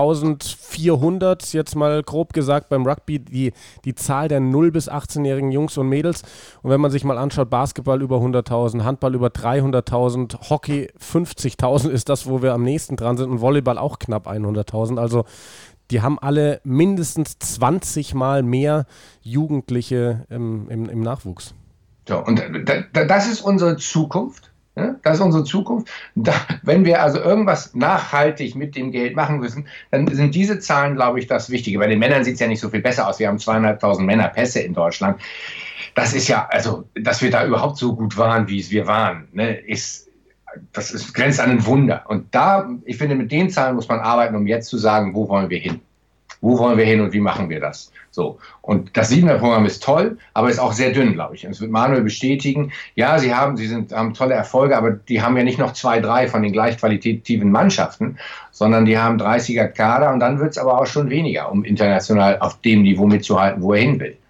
fünftausendvierhundert jetzt mal grob gesagt beim Rugby, die, die Zahl der null bis achtzehnjährigen Jungs und Mädels. Und wenn man sich mal anschaut, Basketball über hunderttausend, Handball über dreihunderttausend, Hockey fünfzigtausend ist das, wo wir am nächsten dran sind, und Volleyball auch knapp hunderttausend. Also die haben alle mindestens zwanzig Mal mehr Jugendliche im, im, im Nachwuchs. So, und da, da, das ist unsere Zukunft. Das ist unsere Zukunft. Da, wenn wir also irgendwas nachhaltig mit dem Geld machen müssen, dann sind diese Zahlen, glaube ich, das Wichtige. Bei den Männern sieht es ja nicht so viel besser aus. Wir haben zweieinhalbtausend Männerpässe in Deutschland. Das ist ja, also, dass wir da überhaupt so gut waren, wie es wir waren, ne, ist, das ist, grenzt an ein Wunder. Und da, ich finde, mit den Zahlen muss man arbeiten, um jetzt zu sagen, wo wollen wir hin? Wo wollen wir hin und wie machen wir das? So. Und das Siebener-Programm ist toll, aber ist auch sehr dünn, glaube ich. Und es wird Manuel bestätigen. Ja, sie haben, sie sind, haben tolle Erfolge, aber die haben ja nicht noch zwei, drei von den gleichqualitativen Mannschaften, sondern die haben dreißiger Kader, und dann wird es aber auch schon weniger, um international auf dem Niveau mitzuhalten, wo er hin will.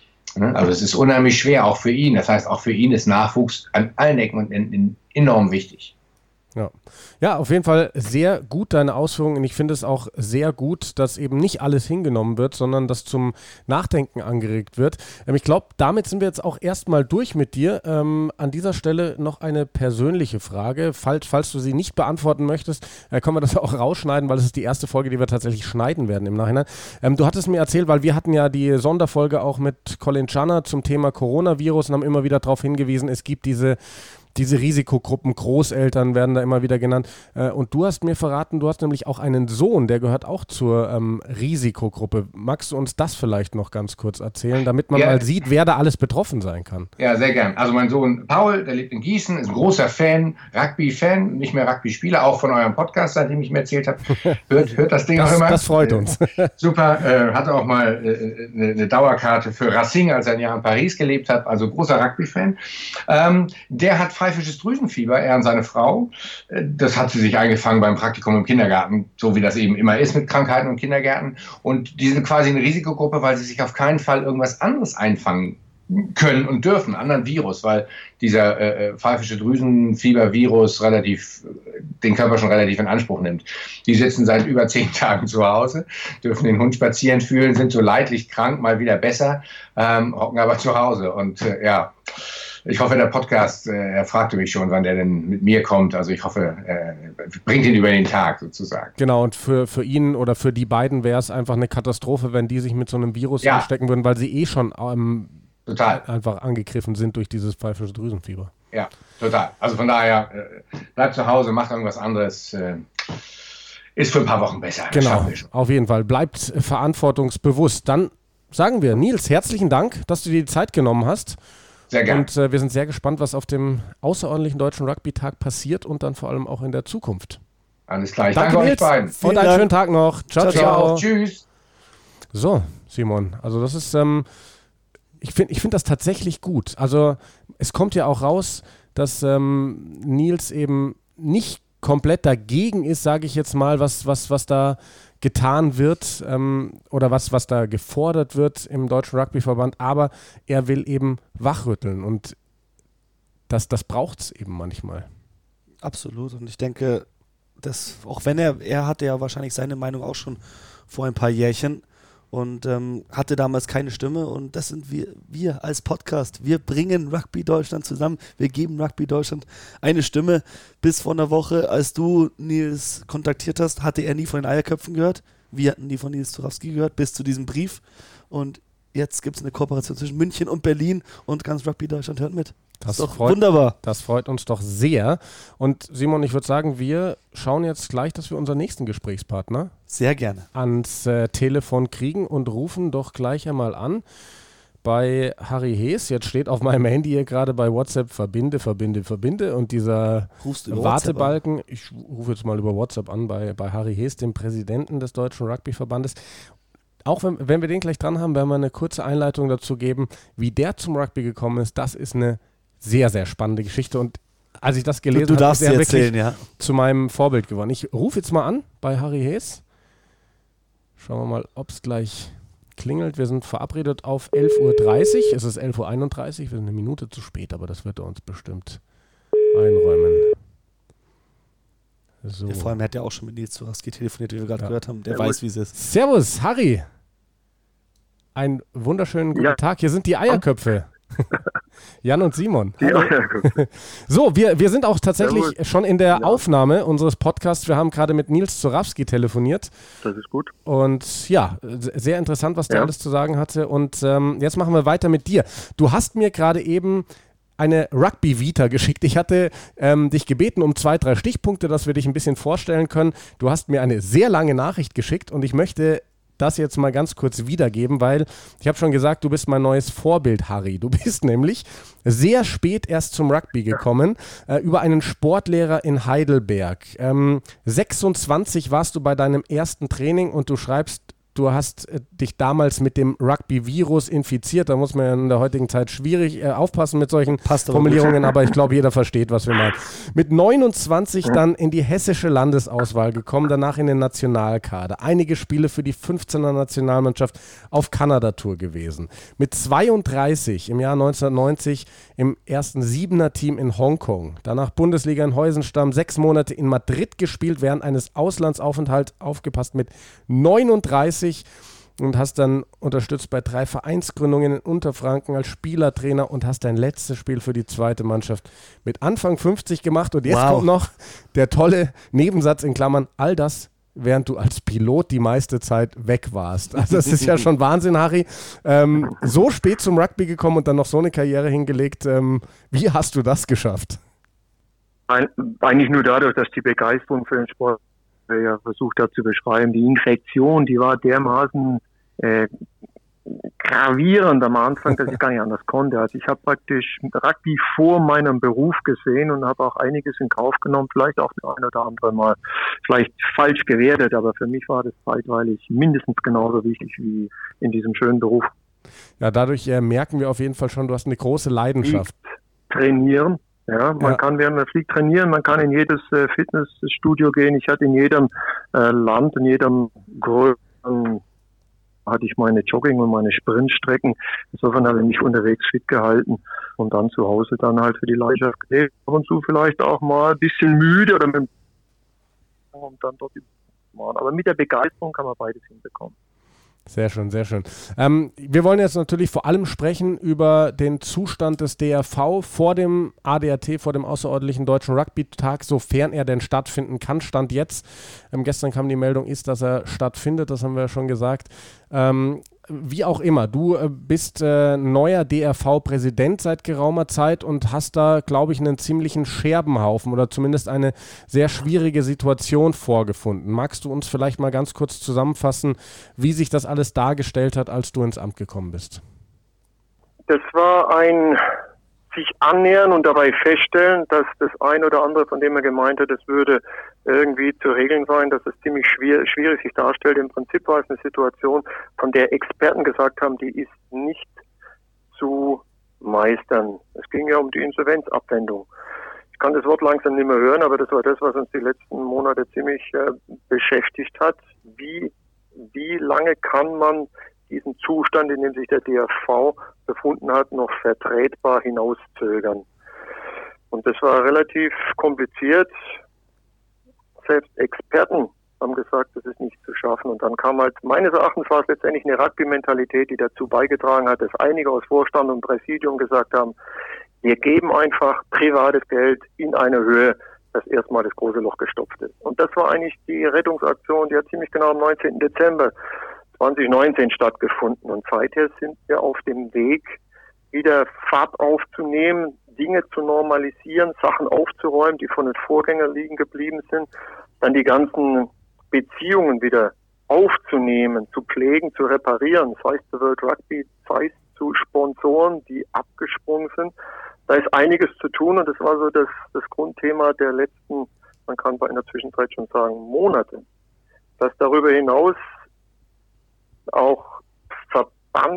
Also es ist unheimlich schwer, auch für ihn. Das heißt, auch für ihn ist Nachwuchs an allen Ecken und Enden enorm wichtig. Ja. ja, auf jeden Fall sehr gut deine Ausführungen, und ich finde es auch sehr gut, dass eben nicht alles hingenommen wird, sondern dass zum Nachdenken angeregt wird. Ähm, ich glaube, damit sind wir jetzt auch erstmal durch mit dir. Ähm, an dieser Stelle noch eine persönliche Frage. Falls, falls du sie nicht beantworten möchtest, äh, können wir das auch rausschneiden, weil es ist die erste Folge, die wir tatsächlich schneiden werden im Nachhinein. Ähm, du hattest mir erzählt, weil wir hatten ja die Sonderfolge auch mit Colin Channer zum Thema Coronavirus und haben immer wieder darauf hingewiesen, es gibt diese Diese Risikogruppen, Großeltern werden da immer wieder genannt. Und du hast mir verraten, du hast nämlich auch einen Sohn, der gehört auch zur ähm, Risikogruppe. Magst du uns das vielleicht noch ganz kurz erzählen, damit man ja mal sieht, wer da alles betroffen sein kann? Ja, sehr gern. Also mein Sohn Paul, der lebt in Gießen, ist ein großer Fan, Rugby-Fan, nicht mehr Rugby-Spieler, auch von eurem Podcast, seitdem ich mir erzählt habe. Hört, hört das Ding das, auch immer. Das freut uns. Äh, super, äh, hatte auch mal äh, eine, eine Dauerkarte für Racing, als er ein Jahr in Paris gelebt hat, also großer Rugby-Fan. Ähm, der hat pfeifisches Drüsenfieber, er und seine Frau. Das hat sie sich eingefangen beim Praktikum im Kindergarten, so wie das eben immer ist mit Krankheiten und Kindergärten. Und die sind quasi eine Risikogruppe, weil sie sich auf keinen Fall irgendwas anderes einfangen können und dürfen, einen anderen Virus, weil dieser äh, pfeifische Drüsenfieber-Virus relativ, den Körper schon relativ in Anspruch nimmt. Die sitzen seit über zehn Tagen zu Hause, dürfen den Hund spazieren fühlen, sind so leidlich krank, mal wieder besser, ähm, hocken aber zu Hause. Und äh, ja, ich hoffe, der Podcast, äh, er fragte mich schon, wann der denn mit mir kommt. Also ich hoffe, äh, bringt ihn über den Tag sozusagen. Genau, und für, für ihn oder für die beiden wäre es einfach eine Katastrophe, wenn die sich mit so einem Virus ja. anstecken würden, weil sie eh schon ähm, total einfach angegriffen sind durch dieses pfeifische Drüsenfieber. Ja, total. Also von daher, äh, bleibt zu Hause, macht irgendwas anderes. Äh, ist für ein paar Wochen besser. Genau, auf jeden Fall. Bleibt verantwortungsbewusst. Dann sagen wir, Nils, herzlichen Dank, dass du dir die Zeit genommen hast. Sehr gerne. Und äh, wir sind sehr gespannt, was auf dem außerordentlichen Deutschen Rugby-Tag passiert und dann vor allem auch in der Zukunft. Alles klar, ich danke, danke Nils. euch beiden. Und einen Dank. Schönen Tag noch. Ciao, ciao. ciao. Tschüss. So, Simon, also das ist, ähm, ich finde ich find das tatsächlich gut. Also es kommt ja auch raus, dass ähm, Nils eben nicht komplett dagegen ist, sage ich jetzt mal, was, was, was da getan wird ähm, oder was, was da gefordert wird im Deutschen Rugbyverband, aber er will eben wachrütteln und das, das braucht es eben manchmal. Absolut, und ich denke, dass, auch wenn er, er hatte ja wahrscheinlich seine Meinung auch schon vor ein paar Jährchen und ähm, hatte damals keine Stimme, und das sind wir, wir als Podcast. Wir bringen Rugby Deutschland zusammen, wir geben Rugby Deutschland eine Stimme. Bis vor einer Woche, als du Nils kontaktiert hast, hatte er nie von den Eierköpfen gehört. Wir hatten nie von Nils Zurowski gehört, bis zu diesem Brief, und jetzt gibt es eine Kooperation zwischen München und Berlin und ganz Rugby Deutschland hört mit. Das ist doch freut, wunderbar. Das freut uns doch sehr. Und Simon, ich würde sagen, wir schauen jetzt gleich, dass wir unseren nächsten Gesprächspartner sehr gerne ans äh, Telefon kriegen und rufen doch gleich einmal an bei Harry Hees. Jetzt steht auf meinem Handy hier gerade bei WhatsApp verbinde, verbinde, verbinde, und dieser Wartebalken, ich rufe jetzt mal über WhatsApp an bei, bei Harry Hees, dem Präsidenten des Deutschen Rugbyverbandes. Auch wenn, wenn wir den gleich dran haben, werden wir eine kurze Einleitung dazu geben, wie der zum Rugby gekommen ist. Das ist eine sehr, sehr spannende Geschichte, und als ich das gelesen habe, du, du darfst ist er erzählen, wirklich ja. zu meinem Vorbild geworden. Ich rufe jetzt mal an bei Harry Hees. Schauen wir mal, ob es gleich klingelt. Wir sind verabredet auf elf Uhr dreißig. Es ist elf Uhr einunddreißig. Wir sind eine Minute zu spät, aber das wird er uns bestimmt einräumen. So. Ja, vor allem hat er auch schon mit Nils Zurawski telefoniert, wie wir gerade ja. gehört haben. Der ja, weiß, wie es ist. Servus, Harry. Einen wunderschönen guten ja. Tag. Hier sind die Eierköpfe. Jan und Simon. Die Eierköpfe. So, wir, wir sind auch tatsächlich Servus. schon in der ja. Aufnahme unseres Podcasts. Wir haben gerade mit Nils Zurawski telefoniert. Das ist gut. Und ja, sehr interessant, was der ja. alles zu sagen hatte. Und ähm, jetzt machen wir weiter mit dir. Du hast mir gerade eben eine Rugby-Vita geschickt. Ich hatte ähm, dich gebeten um zwei, drei Stichpunkte, dass wir dich ein bisschen vorstellen können. Du hast mir eine sehr lange Nachricht geschickt und ich möchte das jetzt mal ganz kurz wiedergeben, weil ich habe schon gesagt, du bist mein neues Vorbild, Harry. Du bist nämlich sehr spät erst zum Rugby gekommen, ja. äh, über einen Sportlehrer in Heidelberg. Ähm, sechsundzwanzig warst du bei deinem ersten Training und du schreibst, du hast äh, dich damals mit dem Rugby-Virus infiziert. Da muss man ja in der heutigen Zeit schwierig äh, aufpassen mit solchen Passt aber Formulierungen, aber ich glaube, jeder versteht, was wir meinen. Mit neunundzwanzig dann in die hessische Landesauswahl gekommen, danach in den Nationalkader. Einige Spiele für die fünfzehner Nationalmannschaft auf Kanada-Tour gewesen. Mit zweiunddreißig im Jahr neunzehnhundertneunzig im ersten Siebener-Team in Hongkong. Danach Bundesliga in Heusenstamm, sechs Monate in Madrid gespielt, während eines Auslandsaufenthalts, aufgepasst, mit neununddreißig und hast dann unterstützt bei drei Vereinsgründungen in Unterfranken als Spielertrainer und hast dein letztes Spiel für die zweite Mannschaft mit Anfang fünfzig gemacht. Und jetzt wow. kommt noch der tolle Nebensatz in Klammern, all das, während du als Pilot die meiste Zeit weg warst. Also das ist ja schon Wahnsinn, Harry. Ähm, so spät zum Rugby gekommen und dann noch so eine Karriere hingelegt. Ähm, wie hast du das geschafft? Ein, eigentlich nur dadurch, dass die Begeisterung für den Sport, der ja versucht hat zu beschreiben, die Infektion, die war dermaßen äh, gravierend am Anfang, dass ich gar nicht anders konnte. Also ich habe praktisch Rugby vor meinem Beruf gesehen und habe auch einiges in Kauf genommen, vielleicht auch das ein oder andere Mal vielleicht falsch gewertet, aber für mich war das zeitweilig mindestens genauso wichtig wie in diesem schönen Beruf. Ja, dadurch äh, merken wir auf jeden Fall schon, du hast eine große Leidenschaft. Trainieren. Ja, man ja. kann während man fliegt trainieren, man kann in jedes äh, Fitnessstudio gehen. Ich hatte in jedem äh, Land, in jedem größeren, hatte ich meine Jogging- und meine Sprintstrecken. Insofern habe ich mich unterwegs fit gehalten und dann zu Hause dann halt für die Leidenschaft gelebt. Ab und zu vielleicht auch mal ein bisschen müde oder mit und dann dort machen. Aber mit der Begeisterung kann man beides hinbekommen. Sehr schön, sehr schön. Ähm, wir wollen jetzt natürlich vor allem sprechen über den Zustand des D R V vor dem A D R T, vor dem außerordentlichen Deutschen Rugby-Tag, sofern er denn stattfinden kann. Stand jetzt. Ähm, gestern kam die Meldung, ist, dass er stattfindet, das haben wir ja schon gesagt. Ähm, wie auch immer, du äh, bist äh, neuer D R V-Präsident seit geraumer Zeit und hast da, glaube ich, einen ziemlichen Scherbenhaufen oder zumindest eine sehr schwierige Situation vorgefunden. Magst du uns vielleicht mal ganz kurz zusammenfassen, wie sich das alles dargestellt hat, als du ins Amt gekommen bist? Das war ein sich annähern und dabei feststellen, dass das ein oder andere, von dem er gemeint hat, das würde irgendwie zu regeln sein, dass es ziemlich schwer, schwierig sich darstellt. Im Prinzip war es eine Situation, von der Experten gesagt haben, die ist nicht zu meistern. Es ging ja um die Insolvenzabwendung. Ich kann das Wort langsam nicht mehr hören, aber das war das, was uns die letzten Monate ziemlich äh, beschäftigt hat. Wie, wie lange kann man diesen Zustand, in dem sich der D R V befunden hat, noch vertretbar hinauszögern? Und das war relativ kompliziert. Selbst Experten haben gesagt, das ist nicht zu schaffen. Und dann kam halt, meines Erachtens war es letztendlich eine Rugby-Mentalität, die dazu beigetragen hat, dass einige aus Vorstand und Präsidium gesagt haben, wir geben einfach privates Geld in eine Höhe, dass erstmal das große Loch gestopft ist. Und das war eigentlich die Rettungsaktion, die hat ziemlich genau am neunzehnten Dezember zweitausendneunzehn stattgefunden. Und seither sind wir auf dem Weg, wieder Fahrt aufzunehmen, Dinge zu normalisieren, Sachen aufzuräumen, die von den Vorgängern liegen geblieben sind, dann die ganzen Beziehungen wieder aufzunehmen, zu pflegen, zu reparieren, sei es zu World Rugby, sei es zu Sponsoren, die abgesprungen sind. Da ist einiges zu tun und das war so das, das Grundthema der letzten, man kann in der Zwischenzeit schon sagen, Monate. Dass darüber hinaus auch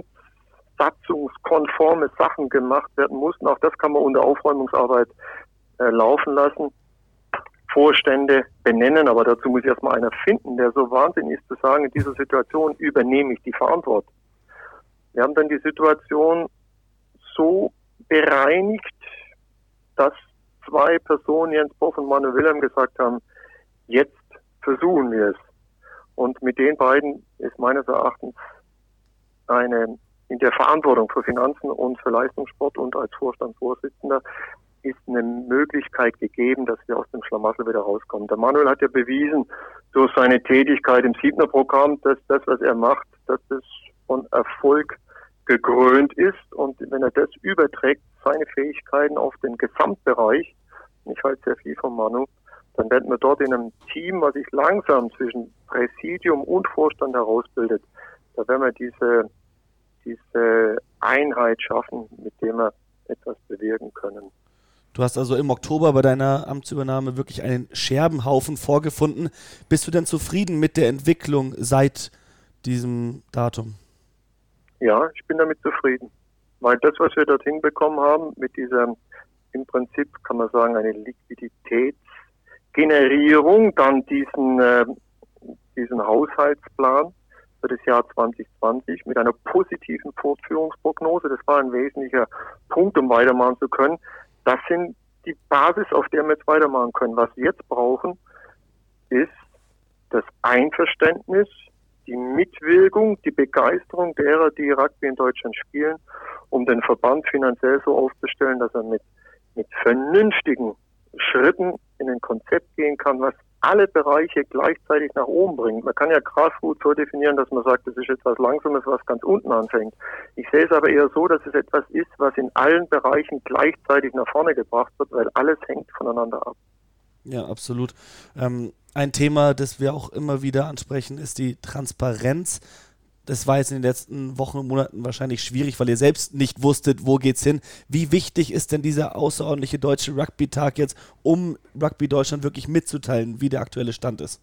verbandssatzungskonforme Sachen gemacht werden mussten. Auch das kann man unter Aufräumungsarbeit äh, laufen lassen, Vorstände benennen, aber dazu muss erstmal einer finden, der so wahnsinnig ist zu sagen, in dieser Situation übernehme ich die Verantwortung. Wir haben dann die Situation so bereinigt, dass zwei Personen, Jens Boff und Manuel Wilhelm, gesagt haben, jetzt versuchen wir es. Und mit den beiden ist meines Erachtens eine, in der Verantwortung für Finanzen und für Leistungssport und als Vorstandsvorsitzender ist eine Möglichkeit gegeben, dass wir aus dem Schlamassel wieder rauskommen. Der Manuel hat ja bewiesen durch seine Tätigkeit im Siebner Programm, dass das, was er macht, dass das von Erfolg gekrönt ist. Und wenn er das überträgt, seine Fähigkeiten auf den Gesamtbereich, und ich halte sehr viel von Manu, dann werden wir dort in einem Team, was sich langsam zwischen Präsidium und Vorstand herausbildet, da werden wir diese, diese Einheit schaffen, mit der wir etwas bewirken können. Du hast also im Oktober bei deiner Amtsübernahme wirklich einen Scherbenhaufen vorgefunden. Bist du denn zufrieden mit der Entwicklung seit diesem Datum? Ja, ich bin damit zufrieden, weil das, was wir dorthin bekommen haben, mit dieser, im Prinzip kann man sagen, eine Liquiditätsgenerierung, dann diesen, äh, diesen Haushaltsplan für das Jahr zwanzig zwanzig mit einer positiven Fortführungsprognose, das war ein wesentlicher Punkt, um weitermachen zu können. Das sind die Basis, auf der wir jetzt weitermachen können. Was wir jetzt brauchen, ist das Einverständnis, die Mitwirkung, die Begeisterung derer, die Rugby in Deutschland spielen, um den Verband finanziell so aufzustellen, dass er mit, mit vernünftigen Schritten in ein Konzept gehen kann, was alle Bereiche gleichzeitig nach oben bringt. Man kann ja Grassroots so definieren, dass man sagt, das ist etwas Langsames, was ganz unten anfängt. Ich sehe es aber eher so, dass es etwas ist, was in allen Bereichen gleichzeitig nach vorne gebracht wird, weil alles hängt voneinander ab. Ja, absolut. Ähm, ein Thema, das wir auch immer wieder ansprechen, ist die Transparenz. Das war jetzt in den letzten Wochen und Monaten wahrscheinlich schwierig, weil ihr selbst nicht wusstet, wo geht's hin. Wie wichtig ist denn dieser außerordentliche Deutsche Rugby-Tag jetzt, um Rugby Deutschland wirklich mitzuteilen, wie der aktuelle Stand ist?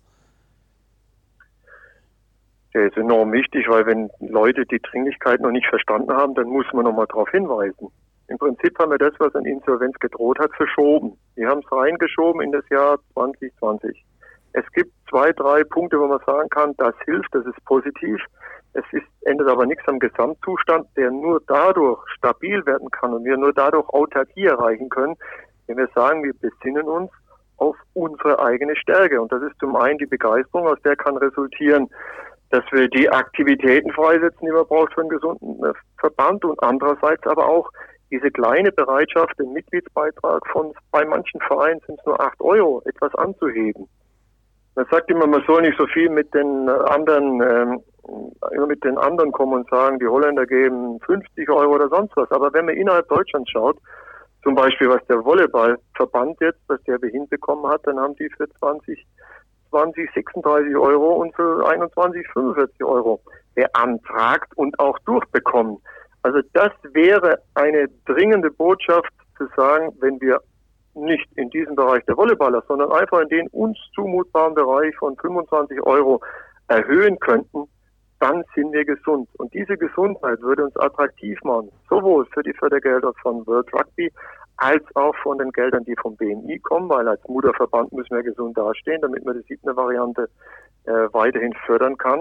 Der ist enorm wichtig, weil wenn Leute die Dringlichkeit noch nicht verstanden haben, dann muss man nochmal darauf hinweisen. Im Prinzip haben wir das, was an Insolvenz gedroht hat, verschoben. Wir haben es reingeschoben in das Jahr zwanzig zwanzig. Es gibt zwei, drei Punkte, wo man sagen kann, das hilft, das ist positiv. Es ist, ändert aber nichts am Gesamtzustand, der nur dadurch stabil werden kann und wir nur dadurch Autarkie erreichen können, wenn wir sagen, wir besinnen uns auf unsere eigene Stärke. Und das ist zum einen die Begeisterung, aus der kann resultieren, dass wir die Aktivitäten freisetzen, die man braucht für einen gesunden Verband und andererseits aber auch diese kleine Bereitschaft, den Mitgliedsbeitrag von, bei manchen Vereinen sind es nur acht Euro, etwas anzuheben. Man sagt immer, man soll nicht so viel mit den anderen, ähm, immer mit den anderen kommen und sagen, die Holländer geben fünfzig Euro oder sonst was. Aber wenn man innerhalb Deutschlands schaut, zum Beispiel was der Volleyballverband jetzt, was der hinbekommen hat, dann haben die für zwanzig zwanzig sechsunddreißig Euro und für einundzwanzig fünfundvierzig Euro beantragt und auch durchbekommen. Also das wäre eine dringende Botschaft zu sagen, wenn wir nicht in diesem Bereich der Volleyballer, sondern einfach in den uns zumutbaren Bereich von fünfundzwanzig Euro erhöhen könnten, dann sind wir gesund. Und diese Gesundheit würde uns attraktiv machen, sowohl für die Fördergelder von World Rugby als auch von den Geldern, die vom B M I kommen, weil als Mutterverband müssen wir gesund dastehen, damit man die siebte Variante äh, weiterhin fördern kann,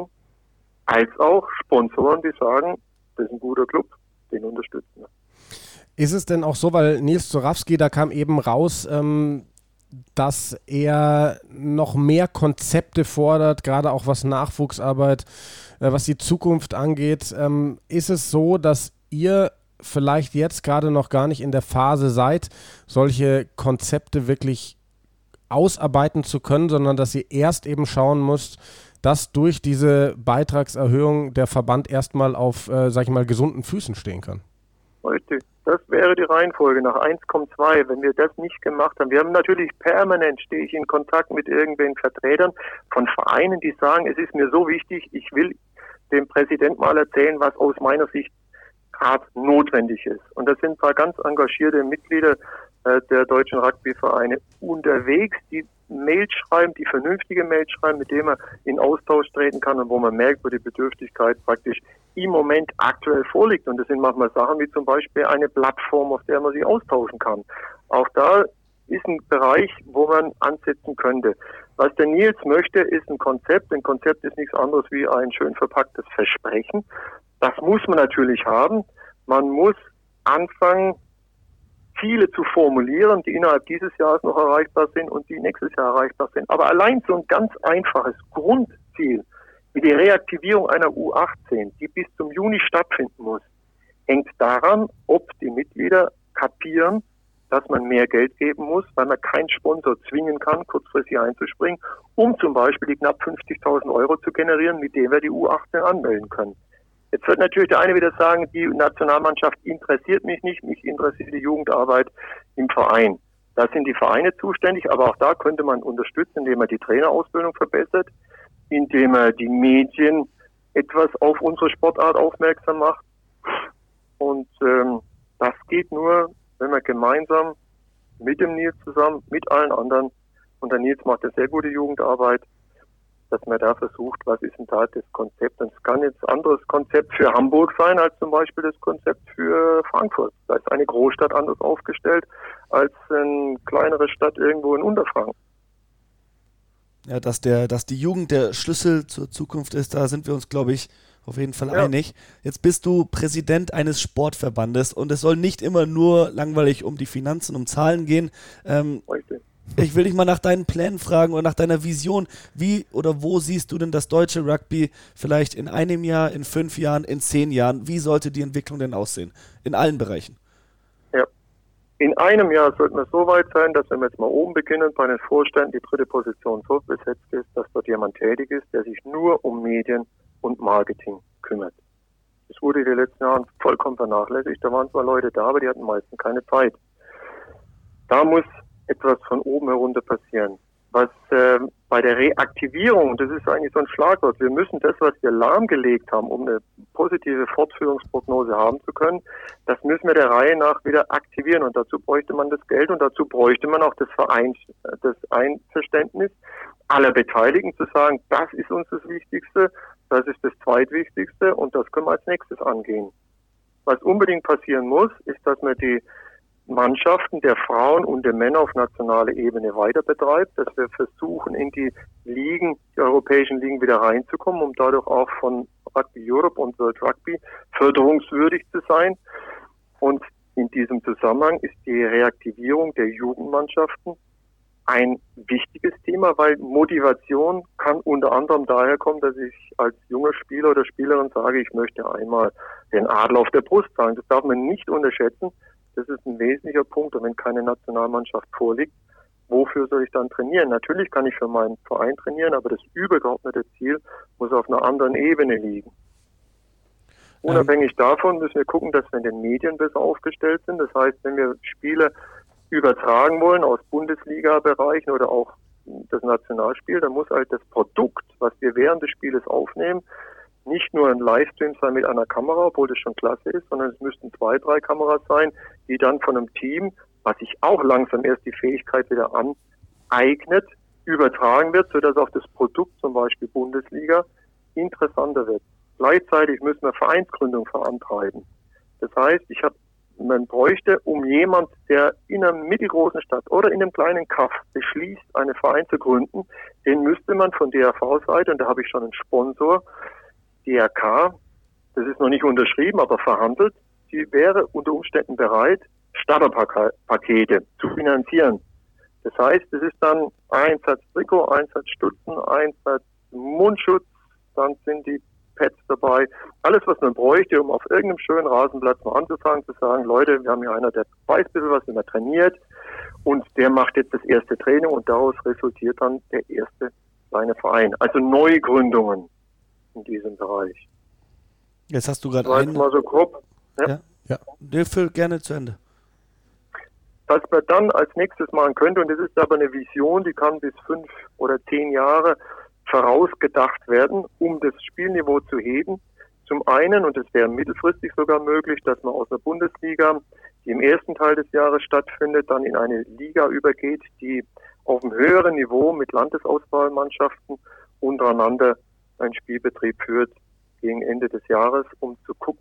als auch Sponsoren, die sagen, das ist ein guter Club, den unterstützen wir. Ist es denn auch so, weil Nils Zorawski, da kam eben raus, ähm, dass er noch mehr Konzepte fordert, gerade auch was Nachwuchsarbeit, äh, was die Zukunft angeht. Ähm, ist es so, dass ihr vielleicht jetzt gerade noch gar nicht in der Phase seid, solche Konzepte wirklich ausarbeiten zu können, sondern dass ihr erst eben schauen müsst, dass durch diese Beitragserhöhung der Verband erstmal auf, äh, sag ich mal, gesunden Füßen stehen kann? Richtig. Das wäre die Reihenfolge. Nach eins kommt zwei. Wenn wir das nicht gemacht haben, wir haben natürlich permanent, stehe ich in Kontakt mit irgendwelchen Vertretern von Vereinen, die sagen, es ist mir so wichtig, ich will dem Präsident mal erzählen, was aus meiner Sicht gerade notwendig ist. Und das sind ein paar ganz engagierte Mitglieder äh, der deutschen Rugbyvereine unterwegs, die Mails schreiben, die vernünftige Mails schreiben, mit denen man in Austausch treten kann und wo man merkt, wo die Bedürftigkeit praktisch im Moment aktuell vorliegt. Und das sind manchmal Sachen wie zum Beispiel eine Plattform, auf der man sich austauschen kann. Auch da ist ein Bereich, wo man ansetzen könnte. Was der Nils möchte, ist ein Konzept. Ein Konzept ist nichts anderes wie ein schön verpacktes Versprechen. Das muss man natürlich haben. Man muss anfangen, Ziele zu formulieren, die innerhalb dieses Jahres noch erreichbar sind und die nächstes Jahr erreichbar sind. Aber allein so ein ganz einfaches Grundziel wie die Reaktivierung einer U achtzehn, die bis zum Juni stattfinden muss, hängt daran, ob die Mitglieder kapieren, dass man mehr Geld geben muss, weil man keinen Sponsor zwingen kann, kurzfristig einzuspringen, um zum Beispiel die knapp fünfzigtausend Euro zu generieren, mit denen wir die U achtzehn anmelden können. Jetzt wird natürlich der eine wieder sagen, die Nationalmannschaft interessiert mich nicht, mich interessiert die Jugendarbeit im Verein. Da sind die Vereine zuständig, aber auch da könnte man unterstützen, indem man die Trainerausbildung verbessert, indem man die Medien etwas auf unsere Sportart aufmerksam macht. Und ähm, das geht nur, wenn wir gemeinsam mit dem Nils zusammen, mit allen anderen, und der Nils macht eine sehr gute Jugendarbeit, dass man da versucht, was ist denn da das Konzept. Und es kann jetzt ein anderes Konzept für Hamburg sein, als zum Beispiel das Konzept für Frankfurt. Da ist eine Großstadt anders aufgestellt als eine kleinere Stadt irgendwo in Unterfranken. Ja, dass der, dass die Jugend der Schlüssel zur Zukunft ist, da sind wir uns, glaube ich, auf jeden Fall ja. einig. Jetzt bist du Präsident eines Sportverbandes und es soll nicht immer nur langweilig um die Finanzen, um Zahlen gehen. Ähm, Richtig. Ich will dich mal nach deinen Plänen fragen oder nach deiner Vision. Wie oder wo siehst du denn das deutsche Rugby vielleicht in einem Jahr, in fünf Jahren, in zehn Jahren? Wie sollte die Entwicklung denn aussehen? In allen Bereichen. Ja. In einem Jahr sollten wir so weit sein, dass wenn wir jetzt mal oben beginnen, bei den Vorständen die dritte Position so besetzt ist, dass dort jemand tätig ist, der sich nur um Medien und Marketing kümmert. Das wurde in den letzten Jahren vollkommen vernachlässigt. Da waren zwar Leute da, aber die hatten meistens keine Zeit. Da muss etwas von oben herunter passieren. Was äh, bei der Reaktivierung, und das ist eigentlich so ein Schlagwort, wir müssen das, was wir lahmgelegt haben, um eine positive Fortführungsprognose haben zu können, das müssen wir der Reihe nach wieder aktivieren. Und dazu bräuchte man das Geld und dazu bräuchte man auch das Vereins, das Einverständnis aller Beteiligten zu sagen, das ist uns das Wichtigste, das ist das Zweitwichtigste und das können wir als nächstes angehen. Was unbedingt passieren muss, ist, dass wir die Mannschaften der Frauen und der Männer auf nationaler Ebene weiter betreibt, dass wir versuchen, in die Ligen, die europäischen Ligen wieder reinzukommen, um dadurch auch von Rugby Europe und World Rugby förderungswürdig zu sein. Und in diesem Zusammenhang ist die Reaktivierung der Jugendmannschaften ein wichtiges Thema, weil Motivation kann unter anderem daher kommen, dass ich als junger Spieler oder Spielerin sage, ich möchte einmal den Adler auf der Brust tragen. Das darf man nicht unterschätzen. Das ist ein wesentlicher Punkt. Und wenn keine Nationalmannschaft vorliegt, wofür soll ich dann trainieren? Natürlich kann ich für meinen Verein trainieren, aber das übergeordnete Ziel muss auf einer anderen Ebene liegen. Unabhängig ähm. davon müssen wir gucken, dass wir in den Medien besser aufgestellt sind. Das heißt, wenn wir Spiele übertragen wollen aus Bundesliga-Bereichen oder auch das Nationalspiel, dann muss halt das Produkt, was wir während des Spieles aufnehmen, nicht nur ein Livestream sein mit einer Kamera, obwohl das schon klasse ist, sondern es müssten zwei, drei Kameras sein, die dann von einem Team, was sich auch langsam erst die Fähigkeit wieder aneignet, übertragen wird, sodass auch das Produkt, zum Beispiel Bundesliga, interessanter wird. Gleichzeitig müssen wir Vereinsgründung vorantreiben. Das heißt, ich habe man bräuchte, um jemand, der in einer mittelgroßen Stadt oder in einem kleinen Kaff beschließt, einen Verein zu gründen, den müsste man von D R V-Seite, und da habe ich schon einen Sponsor, D R K, das ist noch nicht unterschrieben, aber verhandelt, die wäre unter Umständen bereit, Starterpakete zu finanzieren. Das heißt, es ist dann ein Satz Trikot, ein Satz Stutzen, ein Satz Mundschutz, dann sind die Pads dabei. Alles, was man bräuchte, um auf irgendeinem schönen Rasenplatz mal anzufangen, zu sagen, Leute, wir haben hier einer, der weiß ein bisschen was, der trainiert und der macht jetzt das erste Training und daraus resultiert dann der erste kleine Verein. Also Neugründungen in diesem Bereich. Jetzt hast du gerade einen... mal so grob. Ja, ja. ja. Nee, füll gerne zu Ende. Was man dann als nächstes machen könnte, und das ist aber eine Vision, die kann bis fünf oder zehn Jahre vorausgedacht werden, um das Spielniveau zu heben. Zum einen, und es wäre mittelfristig sogar möglich, dass man aus einer Bundesliga, die im ersten Teil des Jahres stattfindet, dann in eine Liga übergeht, die auf einem höheren Niveau mit Landesauswahlmannschaften untereinander einen Spielbetrieb führt gegen Ende des Jahres, um zu gucken,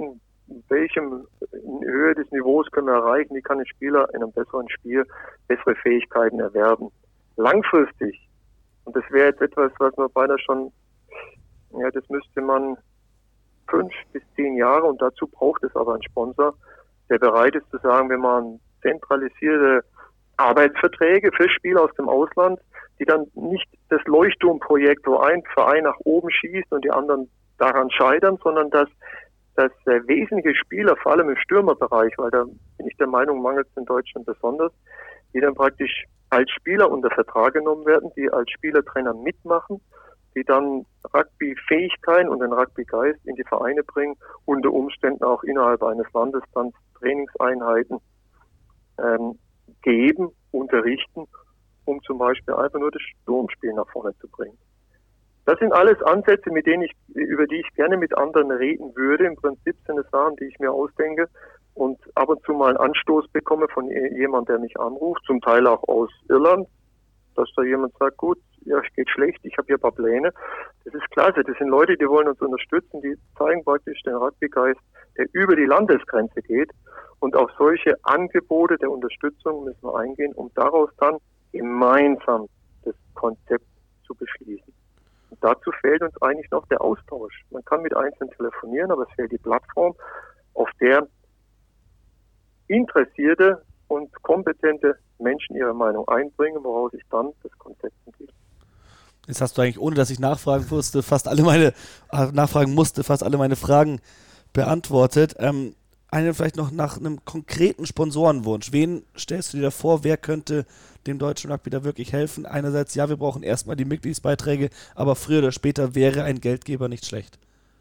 in welchem Höhe des Niveaus können wir erreichen, wie kann ein Spieler in einem besseren Spiel bessere Fähigkeiten erwerben. Langfristig, und das wäre jetzt etwas, was man beinahe schon, ja, das müsste man fünf bis zehn Jahre, und dazu braucht es aber einen Sponsor, der bereit ist zu sagen, wir machen zentralisierte Arbeitsverträge für Spieler aus dem Ausland, die dann nicht das Leuchtturmprojekt, wo ein Verein nach oben schießt und die anderen daran scheitern, sondern dass, dass äh, wesentliche Spieler, vor allem im Stürmerbereich, weil da bin ich der Meinung, mangelt es in Deutschland besonders, die dann praktisch als Spieler unter Vertrag genommen werden, die als Spielertrainer mitmachen, die dann Rugby-Fähigkeiten und den Rugby-Geist in die Vereine bringen, unter Umständen auch innerhalb eines Landes dann Trainingseinheiten ähm, geben, unterrichten, um zum Beispiel einfach nur das Sturmspiel nach vorne zu bringen. Das sind alles Ansätze, mit denen ich, über die ich gerne mit anderen reden würde. Im Prinzip sind es Sachen, die ich mir ausdenke und ab und zu mal einen Anstoß bekomme von jemandem, der mich anruft, zum Teil auch aus Irland, dass da jemand sagt, gut, ja, es geht schlecht, ich habe hier ein paar Pläne. Das ist klasse, das sind Leute, die wollen uns unterstützen, die zeigen praktisch den Rugby-Geist, der über die Landesgrenze geht. Und auf solche Angebote der Unterstützung müssen wir eingehen, um daraus dann gemeinsam das Konzept zu beschließen. Und dazu fehlt uns eigentlich noch der Austausch. Man kann mit Einzelnen telefonieren, aber es fehlt die Plattform, auf der interessierte und kompetente Menschen ihre Meinung einbringen, woraus sich dann das Konzept entwickelt. Jetzt hast du eigentlich, ohne dass ich nachfragen musste, fast alle meine äh, nachfragen musste, fast alle meine Fragen beantwortet. Ähm, eine vielleicht noch nach einem konkreten Sponsorenwunsch. Wen stellst du dir da vor? Wer könnte dem deutschen Rugby da wirklich helfen? Einerseits, ja, wir brauchen erstmal die Mitgliedsbeiträge, aber früher oder später wäre ein Geldgeber nicht schlecht.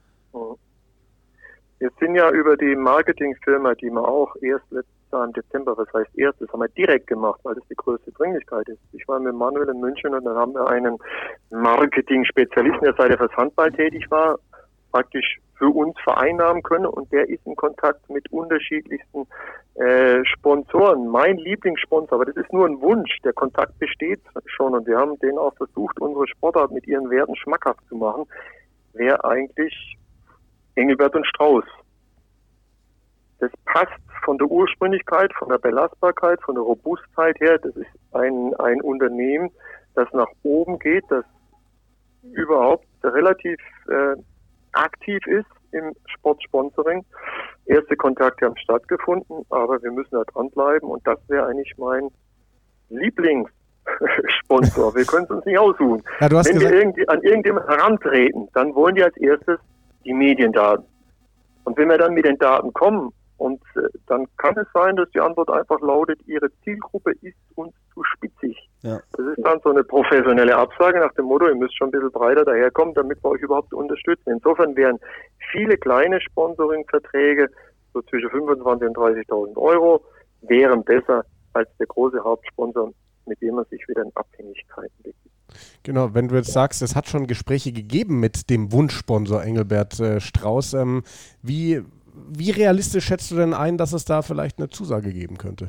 Wir sind ja über die Marketingfirma, die wir auch erst letztes Jahr im Dezember, was heißt erst, das haben wir direkt gemacht, weil das die größte Dringlichkeit ist. Ich war mit Manuel in München und dann haben wir einen Marketing-Spezialisten, der seit er fürs Handball tätig war, praktisch für uns vereinnahmen können, und der ist in Kontakt mit unterschiedlichsten äh, Sponsoren. Mein Lieblingssponsor, aber das ist nur ein Wunsch, der Kontakt besteht schon und wir haben den auch versucht, unsere Sportart mit ihren Werten schmackhaft zu machen, wäre eigentlich Engelbert und Strauß. Das passt von der Ursprünglichkeit, von der Belastbarkeit, von der Robustheit her. Das ist ein, ein Unternehmen, das nach oben geht, das überhaupt relativ äh, aktiv ist im Sportsponsoring. Erste Kontakte haben stattgefunden, aber wir müssen da dranbleiben und das wäre eigentlich mein Lieblingssponsor. Wir können es uns nicht aussuchen. Ja, du hast Wenn gesagt, wir irgendwie an irgendjemanden herantreten, dann wollen die als erstes die Mediendaten. Und wenn wir dann mit den Daten kommen, und äh, dann kann es sein, dass die Antwort einfach lautet, ihre Zielgruppe ist uns zu spitzig. Ja. Das ist dann so eine professionelle Absage nach dem Motto, ihr müsst schon ein bisschen breiter daherkommen, damit wir euch überhaupt unterstützen. Insofern wären viele kleine Sponsoring-Verträge, so zwischen fünfundzwanzigtausend und dreißigtausend Euro, wären besser als der große Hauptsponsor, mit dem man sich wieder in Abhängigkeiten begibt. Genau, wenn du jetzt sagst, es hat schon Gespräche gegeben mit dem Wunschsponsor Engelbert äh, Strauß, ähm, wie, wie realistisch schätzt du denn ein, dass es da vielleicht eine Zusage geben könnte?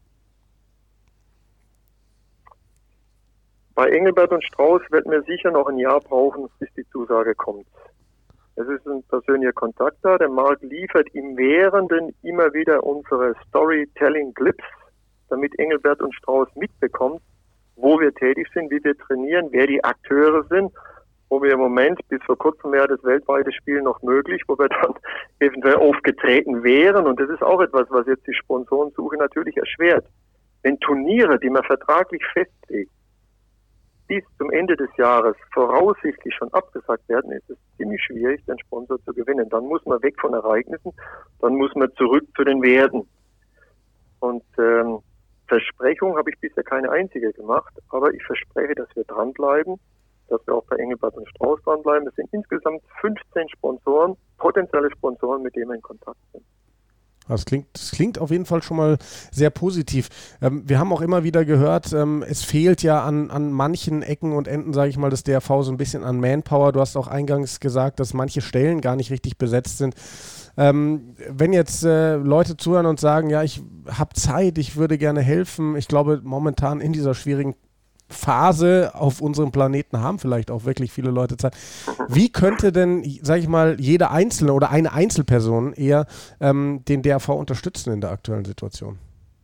Bei Engelbert und Strauß werden wir sicher noch ein Jahr brauchen, bis die Zusage kommt. Es ist ein persönlicher Kontakt da. Der Marc liefert im Währenden immer wieder unsere Storytelling-Clips, damit Engelbert und Strauß mitbekommt, wo wir tätig sind, wie wir trainieren, wer die Akteure sind, wo wir im Moment, bis vor kurzem wäre das weltweite Spiel noch möglich, wo wir dann eventuell aufgetreten wären. Und das ist auch etwas, was jetzt die Sponsorensuche natürlich erschwert. Wenn Turniere, die man vertraglich festlegt, bis zum Ende des Jahres voraussichtlich schon abgesagt werden, ist es ziemlich schwierig, den Sponsor zu gewinnen. Dann muss man weg von Ereignissen, dann muss man zurück zu den Werten. Und ähm, Versprechung habe ich bisher keine einzige gemacht, aber ich verspreche, dass wir dranbleiben, dass wir auch bei Engelbert und Strauß dranbleiben. Es sind insgesamt fünfzehn Sponsoren, potenzielle Sponsoren, mit denen wir in Kontakt sind. Das klingt, das klingt auf jeden Fall schon mal sehr positiv. Ähm, wir haben auch immer wieder gehört, ähm, es fehlt ja an, an manchen Ecken und Enden, sage ich mal, des D R V so ein bisschen an Manpower. Du hast auch eingangs gesagt, dass manche Stellen gar nicht richtig besetzt sind. Ähm, wenn jetzt äh, Leute zuhören und sagen, ja, ich habe Zeit, ich würde gerne helfen, ich glaube, momentan in dieser schwierigen Phase auf unserem Planeten haben vielleicht auch wirklich viele Leute Zeit. Wie könnte denn, sage ich mal, jeder Einzelne oder eine Einzelperson eher ähm, den D R V unterstützen in der aktuellen Situation?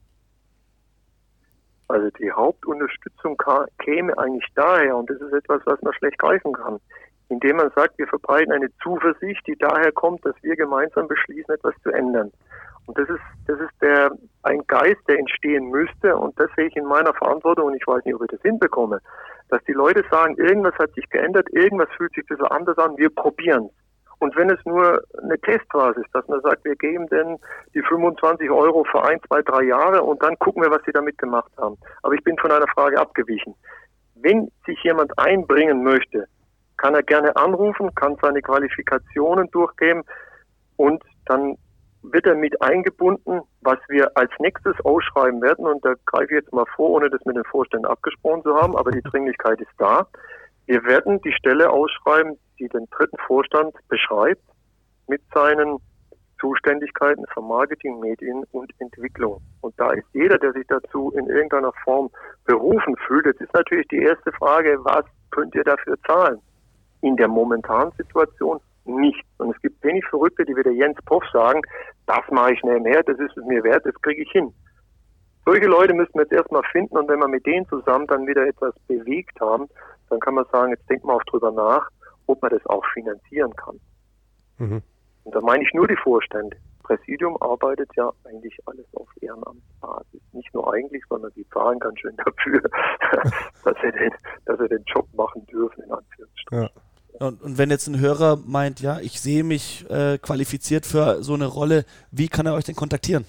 Also die Hauptunterstützung ka- käme eigentlich daher, und das ist etwas, was man schlecht greifen kann, indem man sagt, wir verbreiten eine Zuversicht, die daher kommt, dass wir gemeinsam beschließen, etwas zu ändern. Und das ist, das ist der, ein Geist, der entstehen müsste, und das sehe ich in meiner Verantwortung, und ich weiß nicht, ob ich das hinbekomme, dass die Leute sagen, irgendwas hat sich geändert, irgendwas fühlt sich ein bisschen anders an, wir probieren es. Und wenn es nur eine Testphase ist, dass man sagt, wir geben denn die fünfundzwanzig Euro für ein, zwei, drei Jahre und dann gucken wir, was sie damit gemacht haben. Aber ich bin von einer Frage abgewichen. Wenn sich jemand einbringen möchte, kann er gerne anrufen, kann seine Qualifikationen durchgeben und dann wird er mit eingebunden, was wir als nächstes ausschreiben werden. Und da greife ich jetzt mal vor, ohne das mit den Vorständen abgesprochen zu haben, aber die Dringlichkeit ist da. Wir werden die Stelle ausschreiben, die den dritten Vorstand beschreibt, mit seinen Zuständigkeiten für Marketing, Medien und Entwicklung. Und da ist jeder, der sich dazu in irgendeiner Form berufen fühlt, jetzt ist natürlich die erste Frage, was könnt ihr dafür zahlen? In der momentanen Situation nicht. Und es gibt wenig Verrückte, die wie der Jens Poff sagen, das mache ich nicht mehr, das ist es mir wert, das kriege ich hin. Solche Leute müssen wir jetzt erstmal finden, und wenn wir mit denen zusammen dann wieder etwas bewegt haben, dann kann man sagen, jetzt denkt man auch drüber nach, ob man das auch finanzieren kann. Mhm. Und da meine ich nur die Vorstände. Das Präsidium arbeitet ja eigentlich alles auf Ehrenamtsbasis. Nicht nur eigentlich, sondern die zahlen ganz schön dafür, dass sie den, dass sie den Job machen dürfen, in Anführungsstrichen. Ja. Und, und wenn jetzt ein Hörer meint, ja, ich sehe mich äh, qualifiziert für so eine Rolle, wie kann er euch denn kontaktieren?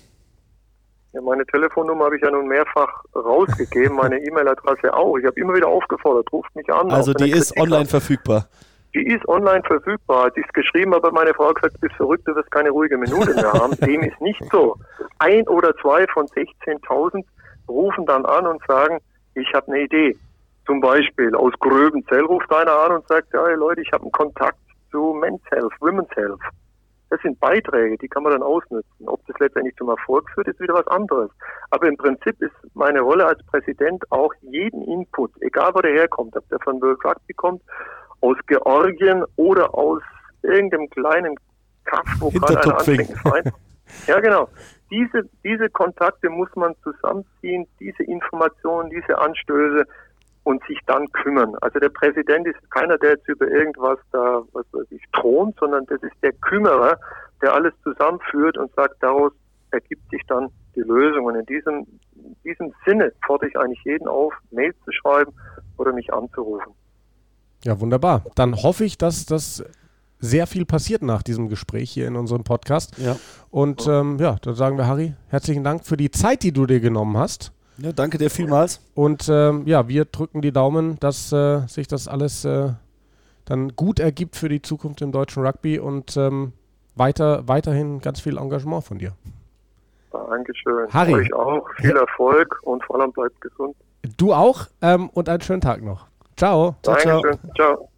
Ja, meine Telefonnummer habe ich ja nun mehrfach rausgegeben, meine E-Mail-Adresse auch. Ich habe immer wieder aufgefordert, ruft mich an. Also die ist online hat. verfügbar? Die ist online verfügbar. Die ist geschrieben, aber meine Frau hat gesagt, du bist verrückt, du wirst keine ruhige Minute mehr haben. Dem ist nicht so. Ein oder zwei von sechzehntausend rufen dann an und sagen, ich habe eine Idee. Zum Beispiel aus Gröbenzell ruft einer an und sagt, ja Leute, ich habe einen Kontakt zu Men's Health, Women's Health. Das sind Beiträge, die kann man dann ausnutzen. Ob das letztendlich zum Erfolg führt, ist wieder was anderes. Aber im Prinzip ist meine Rolle als Präsident auch jeden Input, egal wo der herkommt, ob der von World Rugby kommt, aus Georgien oder aus irgendeinem kleinen Kaff, wo gerade einer anfängt. Ja, genau. Diese, diese Kontakte muss man zusammenziehen, diese Informationen, diese Anstöße, und sich dann kümmern. Also der Präsident ist keiner, der jetzt über irgendwas da, was weiß ich, thront, sondern das ist der Kümmerer, der alles zusammenführt und sagt, daraus ergibt sich dann die Lösung. Und in diesem, in diesem Sinne fordere ich eigentlich jeden auf, Mails zu schreiben oder mich anzurufen. Ja, wunderbar. Dann hoffe ich, dass das sehr viel passiert nach diesem Gespräch hier in unserem Podcast. Ja. Und ähm, ja, dann sagen wir, Harry, herzlichen Dank für die Zeit, die du dir genommen hast. Ja, danke dir vielmals. Und ähm, ja, wir drücken die Daumen, dass äh, sich das alles äh, dann gut ergibt für die Zukunft im deutschen Rugby, und ähm, weiter, weiterhin ganz viel Engagement von dir. Dankeschön. Harry. Euch auch. Viel Erfolg und vor allem bleibt gesund. Du auch ähm, und einen schönen Tag noch. Ciao. Ciao, Dankeschön. Ciao. Ciao.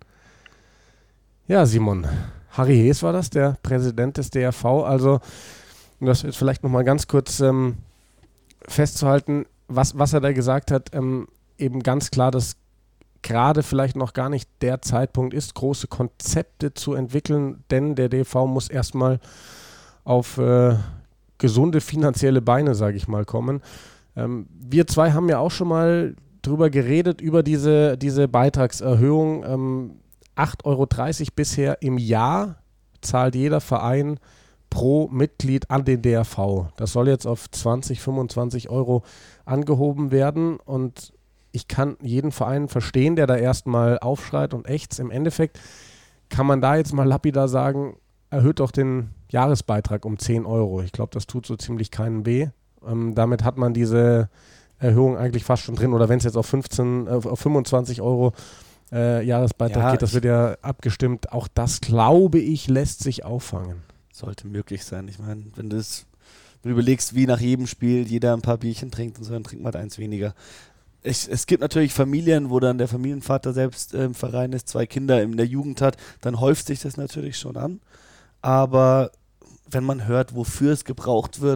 Ja, Simon. Harry Hees war das, der Präsident des D R V. Also, um das jetzt vielleicht nochmal ganz kurz ähm, festzuhalten, Was, was er da gesagt hat, ähm, eben ganz klar, dass gerade vielleicht noch gar nicht der Zeitpunkt ist, große Konzepte zu entwickeln, denn der D R V muss erstmal auf äh, gesunde finanzielle Beine, sage ich mal, kommen. Ähm, wir zwei haben ja auch schon mal drüber geredet, über diese, diese Beitragserhöhung. Ähm, acht Euro dreißig bisher im Jahr zahlt jeder Verein pro Mitglied an den D R V. Das soll jetzt auf zwanzig, fünfundzwanzig Euro angehoben werden, und ich kann jeden Verein verstehen, der da erstmal aufschreit und ächzt. Im Endeffekt kann man da jetzt mal lapidar sagen, erhöht doch den Jahresbeitrag um zehn Euro. Ich glaube, das tut so ziemlich keinen weh. Ähm, damit hat man diese Erhöhung eigentlich fast schon drin, oder wenn es jetzt auf fünfzehn, äh, auf fünfundzwanzig Euro äh, Jahresbeitrag ja, geht, das wird ja abgestimmt. Auch das, glaube ich, lässt sich auffangen. Sollte möglich sein. Ich meine, wenn du das, wenn du überlegst, wie nach jedem Spiel jeder ein paar Bierchen trinkt und so, dann trinkt man halt eins weniger. Ich, es gibt natürlich Familien, wo dann der Familienvater selbst äh, im Verein ist, zwei Kinder in der Jugend hat, dann häuft sich das natürlich schon an. Aber wenn man hört, wofür es gebraucht wird,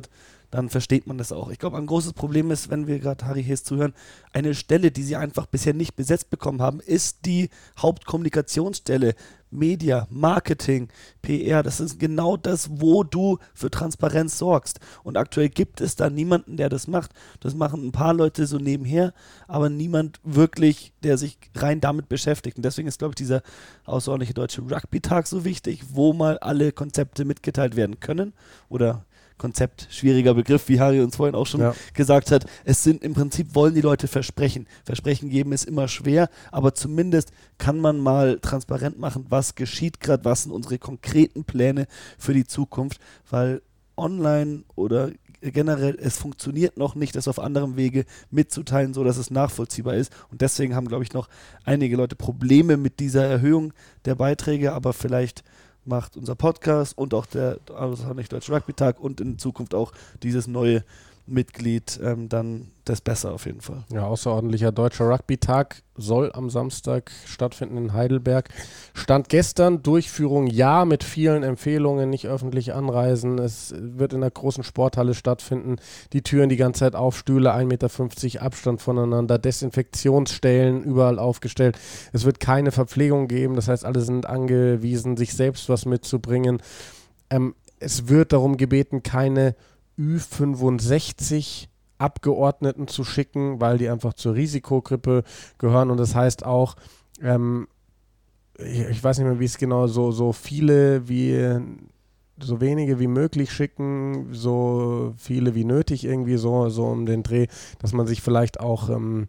dann versteht man das auch. Ich glaube, ein großes Problem ist, wenn wir gerade Harry Hees zuhören, eine Stelle, die sie einfach bisher nicht besetzt bekommen haben, ist die Hauptkommunikationsstelle. Media, Marketing, P R, das ist genau das, wo du für Transparenz sorgst. Und aktuell gibt es da niemanden, der das macht. Das machen ein paar Leute so nebenher, aber niemand wirklich, der sich rein damit beschäftigt. Und deswegen ist, glaube ich, dieser außerordentliche Deutsche Rugby-Tag so wichtig, wo mal alle Konzepte mitgeteilt werden können oder Konzept, schwieriger Begriff, wie Harry uns vorhin auch schon ja. gesagt hat. Es sind im Prinzip, wollen die Leute Versprechen. Versprechen geben ist immer schwer, aber zumindest kann man mal transparent machen, was geschieht gerade, was sind unsere konkreten Pläne für die Zukunft, weil online oder generell, es funktioniert noch nicht, das auf anderem Wege mitzuteilen, so dass es nachvollziehbar ist. Und deswegen haben, glaube ich, noch einige Leute Probleme mit dieser Erhöhung der Beiträge, aber vielleicht macht unser Podcast und auch der außerordentliche Deutsche Rugby-Tag und in Zukunft auch dieses neue Mitglied ähm, dann das besser auf jeden Fall. Ja, außerordentlicher Deutscher Rugby-Tag soll am Samstag stattfinden in Heidelberg. Stand gestern, Durchführung ja, mit vielen Empfehlungen, nicht öffentlich anreisen. Es wird in der großen Sporthalle stattfinden. Die Türen die ganze Zeit auf, Stühle ein Meter fünfzig Abstand voneinander, Desinfektionsstellen überall aufgestellt. Es wird keine Verpflegung geben, das heißt, alle sind angewiesen, sich selbst was mitzubringen. Ähm, es wird darum gebeten, keine Ü fünfundsechzig Abgeordneten zu schicken, weil die einfach zur Risikogruppe gehören und das heißt auch, ähm, ich, ich weiß nicht mehr, wie es genau, so, so viele wie, so wenige wie möglich schicken, so viele wie nötig irgendwie so, so um den Dreh, dass man sich vielleicht auch, ähm,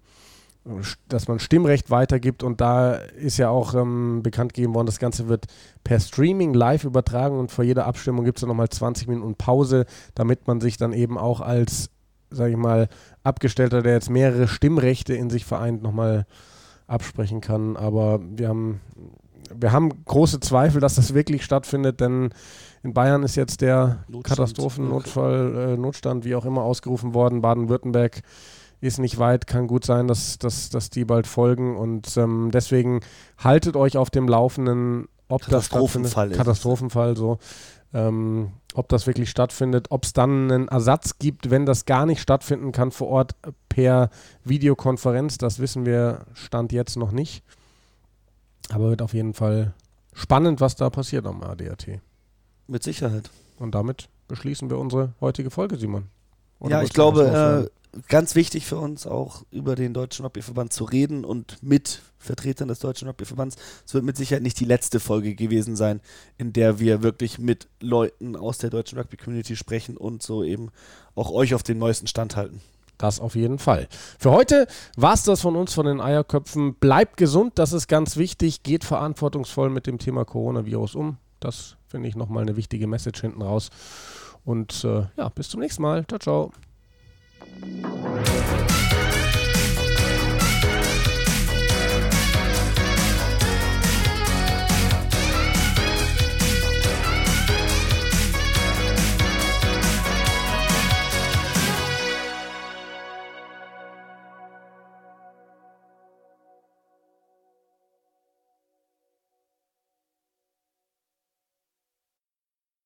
dass man Stimmrecht weitergibt und da ist ja auch ähm, bekannt gegeben worden, das Ganze wird per Streaming live übertragen und vor jeder Abstimmung gibt es dann nochmal zwanzig Minuten Pause, damit man sich dann eben auch als, sage ich mal, Abgestellter, der jetzt mehrere Stimmrechte in sich vereint, nochmal absprechen kann. Aber wir haben, wir haben große Zweifel, dass das wirklich stattfindet, denn in Bayern ist jetzt der Katastrophennotfall, äh, Notstand, wie auch immer, ausgerufen worden. Baden-Württemberg ist nicht weit, kann gut sein, dass, dass, dass die bald folgen und ähm, deswegen haltet euch auf dem Laufenden, ob das Katastrophenfall, Katastrophenfall so, ähm, ob das wirklich stattfindet, ob es dann einen Ersatz gibt, wenn das gar nicht stattfinden kann vor Ort per Videokonferenz, das wissen wir Stand jetzt noch nicht, aber wird auf jeden Fall spannend, was da passiert am A D R T. Mit Sicherheit. Und damit beschließen wir unsere heutige Folge, Simon. Oder ja, ich glaube, äh, ganz wichtig für uns auch über den Deutschen Rugbyverband zu reden und mit Vertretern des Deutschen Rugbyverbands. Es wird mit Sicherheit nicht die letzte Folge gewesen sein, in der wir wirklich mit Leuten aus der deutschen Rugby-Community sprechen und so eben auch euch auf dem neuesten Stand halten. Das auf jeden Fall. Für heute war es das von uns, von den Eierköpfen. Bleibt gesund, das ist ganz wichtig. Geht verantwortungsvoll mit dem Thema Coronavirus um. Das finde ich nochmal eine wichtige Message hinten raus. Und äh, ja, bis zum nächsten Mal. Ciao, ciao.